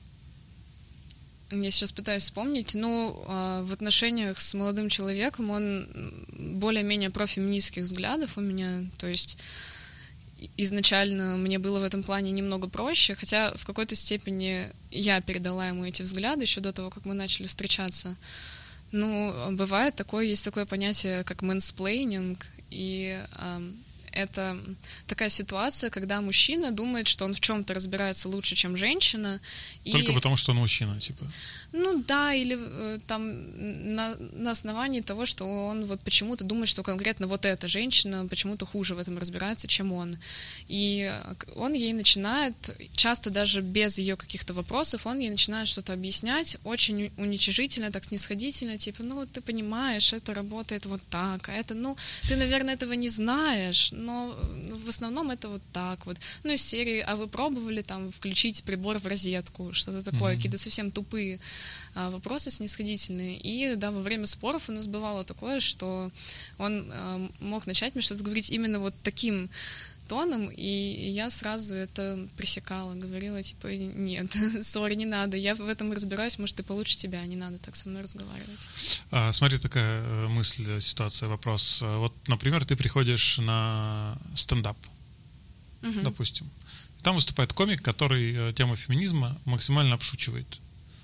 Я сейчас пытаюсь вспомнить. Ну, в отношениях с молодым человеком он более-менее профеминистских взглядов у меня, то есть изначально мне было в этом плане немного проще, хотя в какой-то степени я передала ему эти взгляды еще до того, как мы начали встречаться. Ну, бывает такое, есть такое понятие, как мэнсплейнинг, и э, это такая ситуация, когда мужчина думает, что он в чем-то разбирается лучше, чем женщина. Только и... потому, что он мужчина, типа. Ну да, или э, там на, на основании того, что он вот почему-то думает, что конкретно вот эта женщина почему-то хуже в этом разбирается, чем он. И он ей начинает, часто даже без ее каких-то вопросов, он ей начинает что-то объяснять, очень уничижительно, так снисходительно, типа, ну ты понимаешь, это работает вот так, а это, ну, ты, наверное, этого не знаешь, но в основном это вот так вот. Ну, из серии, а вы пробовали там включить прибор в розетку, что-то такое, mm-hmm. какие-то совсем тупые а, вопросы снисходительные. И, да, во время споров у нас бывало такое, что он а, мог начать мне что-то говорить именно вот таким тоном, и я сразу это пресекала, говорила, типа, нет, сори, не надо, я в этом разбираюсь, может, и получше тебя, не надо так со мной разговаривать. А, смотри, такая мысль, ситуация, вопрос. Вот, например, ты приходишь на стендап, угу. допустим, там выступает комик, который тему феминизма максимально обшучивает.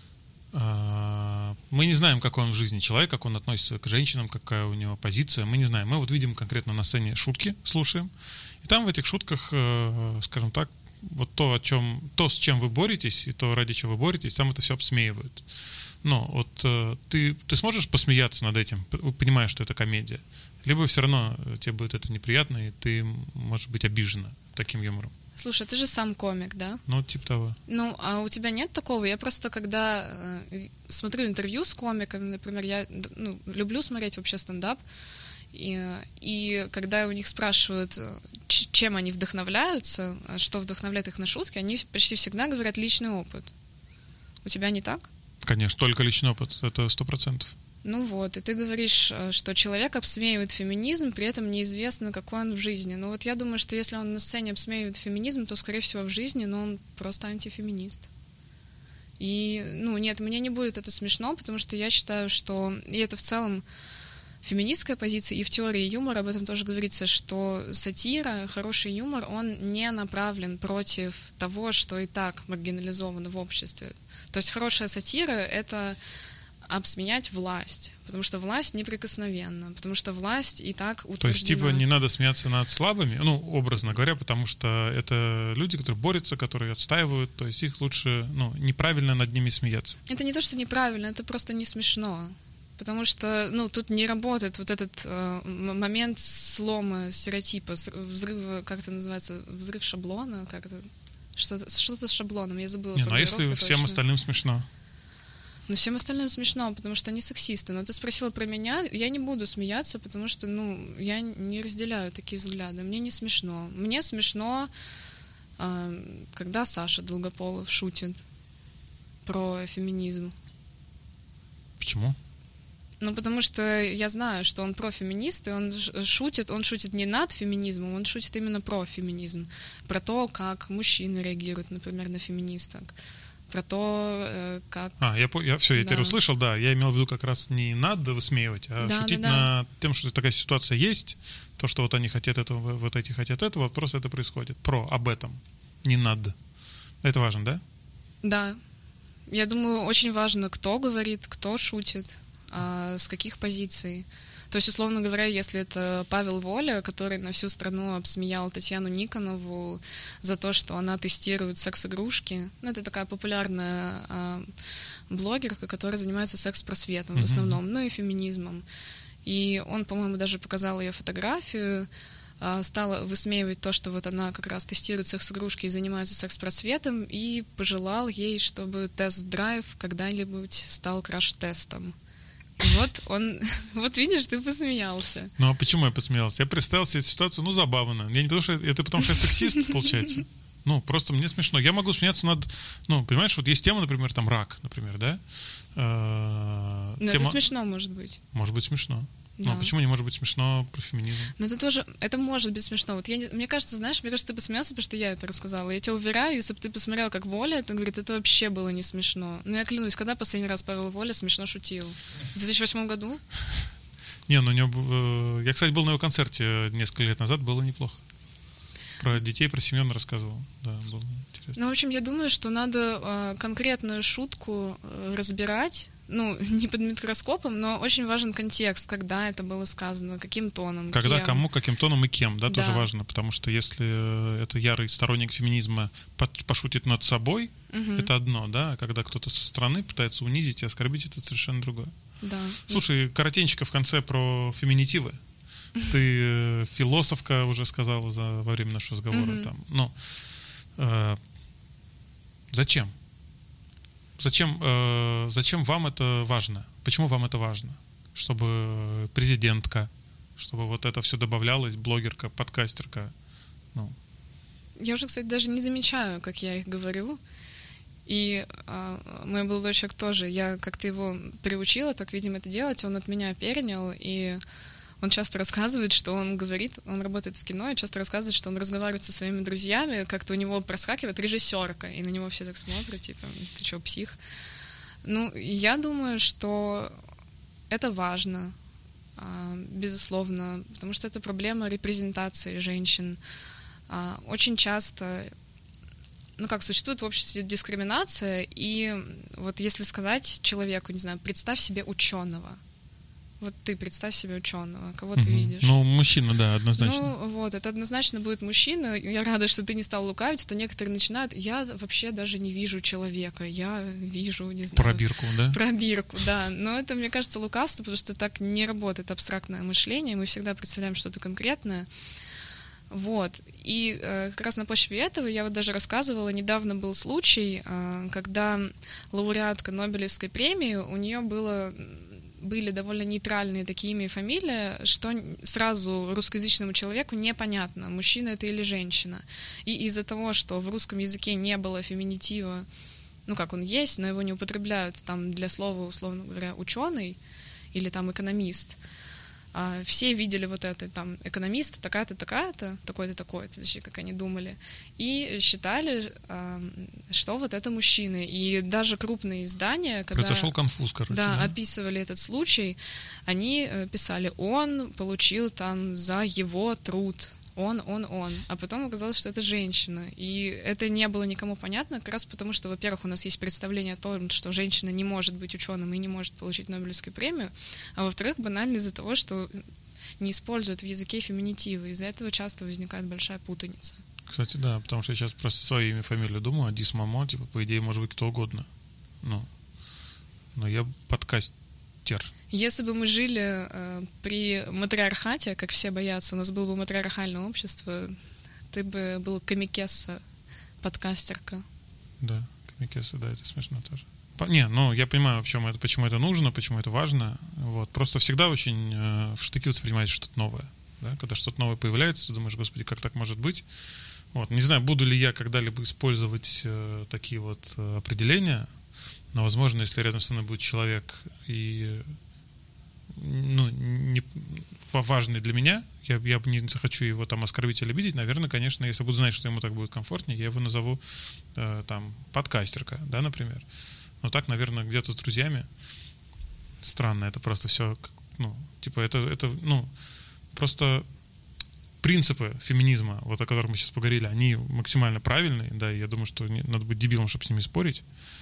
Мы не знаем, какой он в жизни человек, как он относится к женщинам, какая у него позиция, мы не знаем. Мы вот видим конкретно на сцене шутки, слушаем, и там в этих шутках, скажем так, вот то, о чем, то, с чем вы боретесь, и то, ради чего вы боретесь, там это все обсмеивают. Но вот ты, ты сможешь посмеяться над этим, понимая, что это комедия? Либо все равно тебе будет это неприятно, и ты, может быть, обижена таким юмором? Слушай, ты же сам комик, да? Ну, типа того. Ну, а у тебя нет такого? Я просто, когда э, смотрю интервью с комиками, например, я ну, люблю смотреть вообще стендап, и, и когда у них спрашивают, чем они вдохновляются, что вдохновляет их на шутки, они почти всегда говорят личный опыт. У тебя не так? Конечно, только личный опыт, это сто процентов. Ну вот, и ты говоришь, что человек обсмеивает феминизм, при этом неизвестно, какой он в жизни. Но вот я думаю, что если он на сцене обсмеивает феминизм, то, скорее всего, в жизни, ну, он просто антифеминист. И, ну, нет, мне не будет это смешно, потому что я считаю, что, и это в целом феминистская позиция, и в теории юмора об этом тоже говорится, что сатира, хороший юмор, он не направлен против того, что и так маргинализовано в обществе. То есть хорошая сатира — это обсмеять власть, потому что власть неприкосновенна, потому что власть и так утверждена. То есть, типа, не надо смеяться над слабыми, ну, образно говоря, потому что это люди, которые борются, которые отстаивают, то есть их лучше, ну, неправильно над ними смеяться. Это не то, что неправильно, это просто не смешно, потому что, ну, тут не работает вот этот э, момент слома стереотипа, взрыва, как это называется, взрыв шаблона, как это, что-то, что-то с шаблоном, я забыла. Не, ну, а если точно. Всем остальным смешно? Но всем остальным смешно, потому что они сексисты. Но ты спросила про меня, я не буду смеяться, потому что, ну, я не разделяю такие взгляды. Мне не смешно. Мне смешно, когда Саша Долгополов шутит про феминизм. Почему? Ну, потому что я знаю, что он профеминист, и он шутит, он шутит не над феминизмом, он шутит именно про феминизм. Про то, как мужчины реагируют, например, на феминисток. Про то, как... А, я, я все, я да. теперь услышал, да. Я имел в виду как раз не надо высмеивать, а да, шутить да, да. над тем, что такая ситуация есть, то, что вот они хотят этого, вот эти хотят этого, просто это происходит. Про, об этом. Не надо. Это важно, да? Да. Я думаю, очень важно, кто говорит, кто шутит, а с каких позиций. То есть, условно говоря, если это Павел Воля, который на всю страну обсмеял Татьяну Никонову за то, что она тестирует секс-игрушки, ну, это такая популярная а, блогерка, которая занимается секс-просветом в основном, mm-hmm. ну и феминизмом. И он, по-моему, даже показал ее фотографию, стала высмеивать то, что вот она как раз тестирует секс-игрушки и занимается секс-просветом, и пожелал ей, чтобы тест-драйв когда-нибудь стал краш-тестом. И вот он, вот видишь, ты посмеялся. Ну а почему я посмеялся? Я представил себе эту ситуацию, ну, забавно. Я не потому что это потому что я сексист, получается. Ну, просто мне смешно. Я могу смеяться над... Ну, понимаешь, вот есть тема, например, там рак, например, да? Ну, это смешно, может быть. Может быть смешно. Да. Ну, почему не может быть смешно про феминизм? Ну, это тоже, это может быть смешно. Вот я, мне кажется, знаешь, мне кажется, ты посмеялся, потому что я это рассказала. Я тебя уверяю, если бы ты посмотрел, как Воля, это говорит, это вообще было не смешно. Ну, я клянусь, когда последний раз Павел Воля смешно шутил? В две тысячи восьмом году? Не, ну, у него... Я, кстати, был на его концерте несколько лет назад, было неплохо. Про детей, про семью он рассказывал. Да, было интересно. Ну, в общем, я думаю, что надо э, конкретную шутку э, разбирать, ну, не под микроскопом, но очень важен контекст, когда это было сказано, каким тоном, когда, кем. кому, каким тоном и кем, да, да. тоже важно, потому что если это ярый сторонник феминизма пошутит над собой, угу. это одно, да, а когда кто-то со стороны пытается унизить и оскорбить, это совершенно другое. Да. Слушай, коротенько в конце про феминитивы. Ты философка уже сказала за, во время нашего разговора. Mm-hmm. Там, ну, э, зачем? Зачем, э, зачем вам это важно? Почему вам это важно? Чтобы президентка, чтобы вот это все добавлялось, блогерка, подкастерка. Ну. Я уже, кстати, даже не замечаю, как я их говорю. И а, мой был дочек тоже. Я как-то его приучила так, видимо, это делать. Он от меня перенял, и он часто рассказывает, что он говорит, он работает в кино, и часто рассказывает, что он разговаривает со своими друзьями, как-то у него проскакивает режиссерка, и на него все так смотрят, типа, ты что, псих? Ну, я думаю, что это важно, безусловно, потому что это проблема репрезентации женщин. Очень часто, ну как, существует в обществе дискриминация, и вот если сказать человеку, не знаю, представь себе ученого, вот ты представь себе ученого, кого ты угу. видишь. Ну, мужчина, да, однозначно. Ну, вот, это однозначно будет мужчина. Я рада, что ты не стал лукавить, то некоторые начинают, я вообще даже не вижу человека, я вижу, не знаю... Пробирку, да? Пробирку, да. Но это, мне кажется, лукавство, потому что так не работает абстрактное мышление, мы всегда представляем что-то конкретное. Вот. И э, как раз на почве этого я вот даже рассказывала, недавно был случай, э, когда лауреатка Нобелевской премии, у нее было... были довольно нейтральные такие имя и фамилия, что сразу русскоязычному человеку непонятно, мужчина это или женщина. И из-за того, что в русском языке не было феминитива, ну как он есть, но его не употребляют там для слова, условно говоря, ученый или там экономист, все видели вот это, там, экономист, такая-то, такая-то, такой-то, такой-то, точнее, как они думали, и считали, что вот это мужчины. И даже крупные издания, когда... Произошел конфуз, короче. Да, да, описывали этот случай, они писали, он получил там за его труд, он, он, он. А потом оказалось, что это женщина. И это не было никому понятно, как раз потому, что, во-первых, у нас есть представление о том, что женщина не может быть ученым и не может получить Нобелевскую премию, а во-вторых, банально из-за того, что не используют в языке феминитивы. Из-за этого часто возникает большая путаница. Кстати, да, потому что я сейчас просто своими фамилию думаю, Адис Мамо, типа, по идее, может быть, кто угодно. Ну, но я подкастер. Если бы мы жили э, при матриархате, как все боятся, у нас было бы матриархальное общество, ты бы был комикесса, подкастерка. Да, комикесса, да, это смешно тоже. Не, ну, я понимаю, в чем это, почему это нужно, почему это важно. Вот. Просто всегда очень э, в штыки воспринимаете что-то новое. Да? Когда что-то новое появляется, ты думаешь, господи, как так может быть? Вот. Не знаю, буду ли я когда-либо использовать э, такие вот э, определения, но, возможно, если рядом со мной будет человек и ну, не, важный для меня, я, я не захочу его там оскорбить или обидеть, наверное, конечно, если буду знать, что ему так будет комфортнее, я его назову э, там подкастерка, да, например. Но так, наверное, где-то с друзьями странно, это просто все, ну, типа, это, это, ну, просто принципы феминизма, вот о которых мы сейчас поговорили, они максимально правильные, да, и я думаю, что не, надо быть дебилом, чтобы с ними спорить.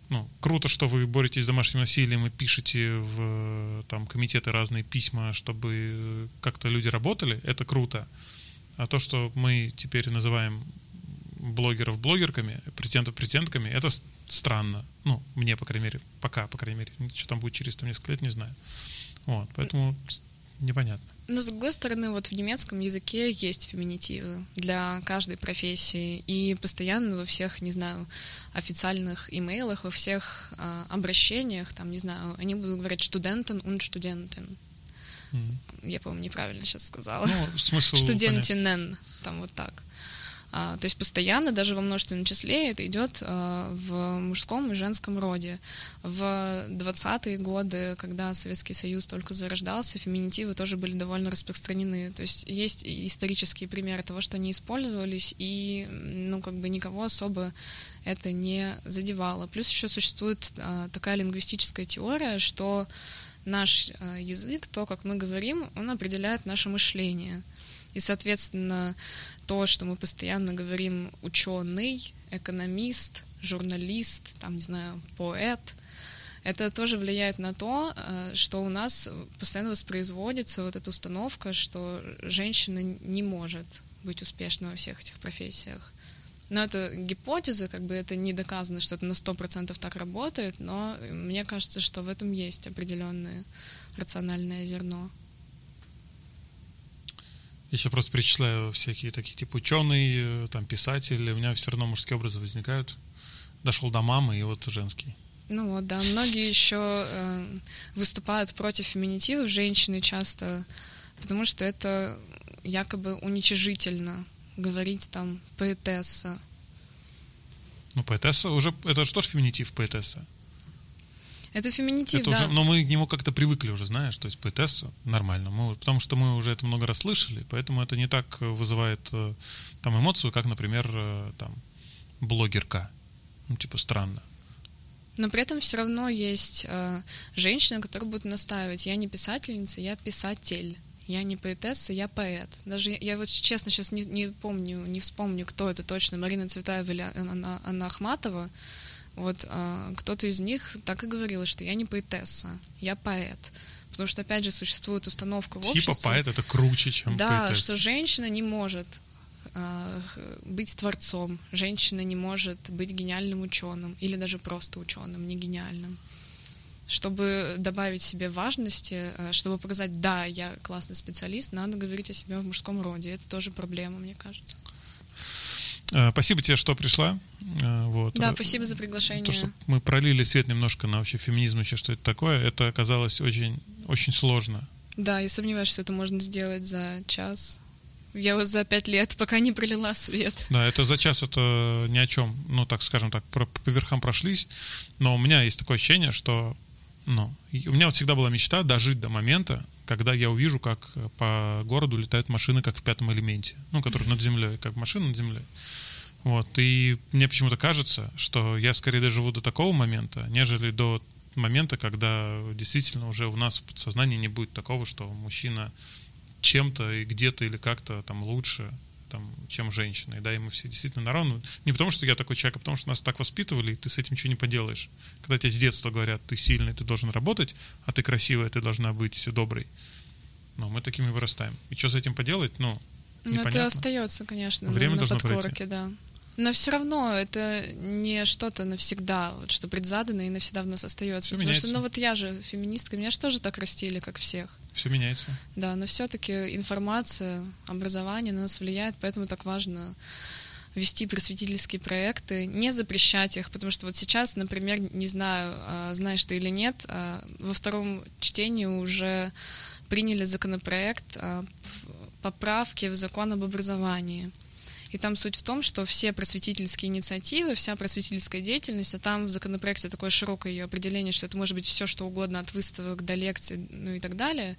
ну, круто, что вы боретесь с домашним насилием и пишете в там, комитеты разные письма, чтобы как-то люди работали, это круто. А то, что мы теперь называем блогеров блогерками, президентов президентками, это странно. Ну, мне, по крайней мере, пока, по крайней мере. Что там будет через там, несколько лет, не знаю. Вот, поэтому непонятно. Но, с другой стороны, вот в немецком языке есть феминитивы для каждой профессии, и постоянно во всех, не знаю, официальных имейлах, во всех а, обращениях, там, не знаю, они будут говорить «студентен» und «студентен». Mm. Я, по-моему, неправильно сейчас сказала. Ну, смысл «Студентинен», там вот так. А, то есть постоянно, даже во множественном числе, это идет а, в мужском и женском роде. В двадцатые годы, когда Советский Союз только зарождался, феминитивы тоже были довольно распространены. То есть есть исторические примеры того, что они использовались, и ну, как бы никого особо это не задевало. Плюс еще существует а, такая лингвистическая теория, что наш а, язык, то, как мы говорим, он определяет наше мышление. И, соответственно, то, что мы постоянно говорим ученый, экономист, журналист, там, не знаю, поэт, это тоже влияет на то, что у нас постоянно воспроизводится вот эта установка, что женщина не может быть успешной во всех этих профессиях. Но это гипотеза, как бы это не доказано, что это на сто процентов так работает, но мне кажется, что в этом есть определенное рациональное зерно. Я сейчас просто перечисляю всякие такие, типа ученый, там, писатель, у меня все равно мужские образы возникают. Дошел до мамы, и вот женский. Ну вот, да, многие еще э, выступают против феминитивов, женщины часто, потому что это якобы уничижительно говорить там поэтесса. Ну, поэтесса уже, это же тоже феминитив поэтесса. Это феминитив, это да. Уже, но мы к нему как-то привыкли уже, знаешь, то есть поэтесса нормально, мы, потому что мы уже это много раз слышали, поэтому это не так вызывает там эмоцию, как, например, там блогерка, ну типа странно. Но при этом все равно есть э, женщины, которые будут настаивать: я не писательница, я писатель, я не поэтесса, я поэт. Даже я, я вот честно сейчас не, не помню, не вспомню, кто это точно, Марина Цветаева или Анна, Анна Ахматова. Вот а, кто-то из них так и говорил, что я не поэтесса, я поэт. Потому что, опять же, существует установка в типа обществе... Типа поэт — это круче, чем да, поэтесса. Да, что женщина не может а, быть творцом, женщина не может быть гениальным ученым или даже просто ученым, не гениальным. Чтобы добавить себе важности, чтобы показать, да, я классный специалист, надо говорить о себе в мужском роде. Это тоже проблема, мне кажется. Спасибо тебе, что пришла. Вот. Да, спасибо за приглашение. То, что мы пролили свет немножко на вообще феминизм, вообще, что это такое, это оказалось очень, очень сложно. Да, я сомневаюсь, что это можно сделать за час. Я вот за пять лет пока не пролила свет. Да, это за час это ни о чем. Ну, так скажем так, по, по верхам прошлись. Но у меня есть такое ощущение, что ну, у меня вот всегда была мечта дожить до момента, когда я увижу, как по городу летают машины, как в «Пятом элементе», ну, которые над землей, как машины над землей. Вот. И мне почему-то кажется, что я скорее доживу до такого момента, нежели до момента, когда действительно уже у нас в подсознании не будет такого, что мужчина чем-то и где-то или как-то там лучше, там, чем женщина. И да, и мы все действительно на равном. Не потому, что я такой человек, а потому, что нас так воспитывали, и ты с этим ничего не поделаешь. Когда тебе с детства говорят, ты сильный, ты должен работать, а ты красивая, ты должна быть доброй. Но мы такими вырастаем. И что с этим поделать, ну, непонятно. Ну, это остается, конечно, Время на, на подкорке, пройти. Да. Но все равно это не что-то навсегда, вот, что предзадано и навсегда в нас остается. Все Потому меняется. что, ну вот я же феминистка, меня же тоже так растили, как всех. Все меняется. Да, но все-таки информация, образование на нас влияет, поэтому так важно вести просветительские проекты, не запрещать их, потому что вот сейчас, например, не знаю, знаешь ты или нет, во втором чтении уже приняли законопроект поправки в закон об образовании. И там суть в том, что все просветительские инициативы, вся просветительская деятельность, а там в законопроекте такое широкое ее определение, что это может быть все, что угодно, от выставок до лекций, ну и так далее,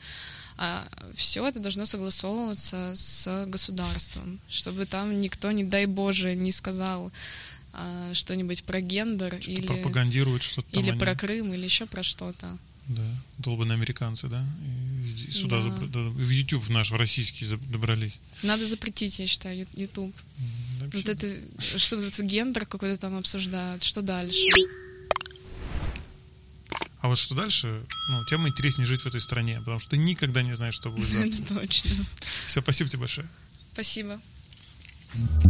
а все это должно согласовываться с государством, чтобы там никто, не дай Боже, не сказал а, что-нибудь про гендер что-то или, пропагандирует что-то там или они... про Крым, или еще про что-то. Да, долбаные американцы, да? И сюда, да. забр... в YouTube в наш, в российский добрались. Надо запретить, я считаю, YouTube. Да, вот это, что это гендер какой-то там обсуждают, что дальше? А вот что дальше, ну, тем интереснее жить в этой стране, потому что ты никогда не знаешь, что будет завтра. Точно. Все, спасибо тебе большое. Спасибо.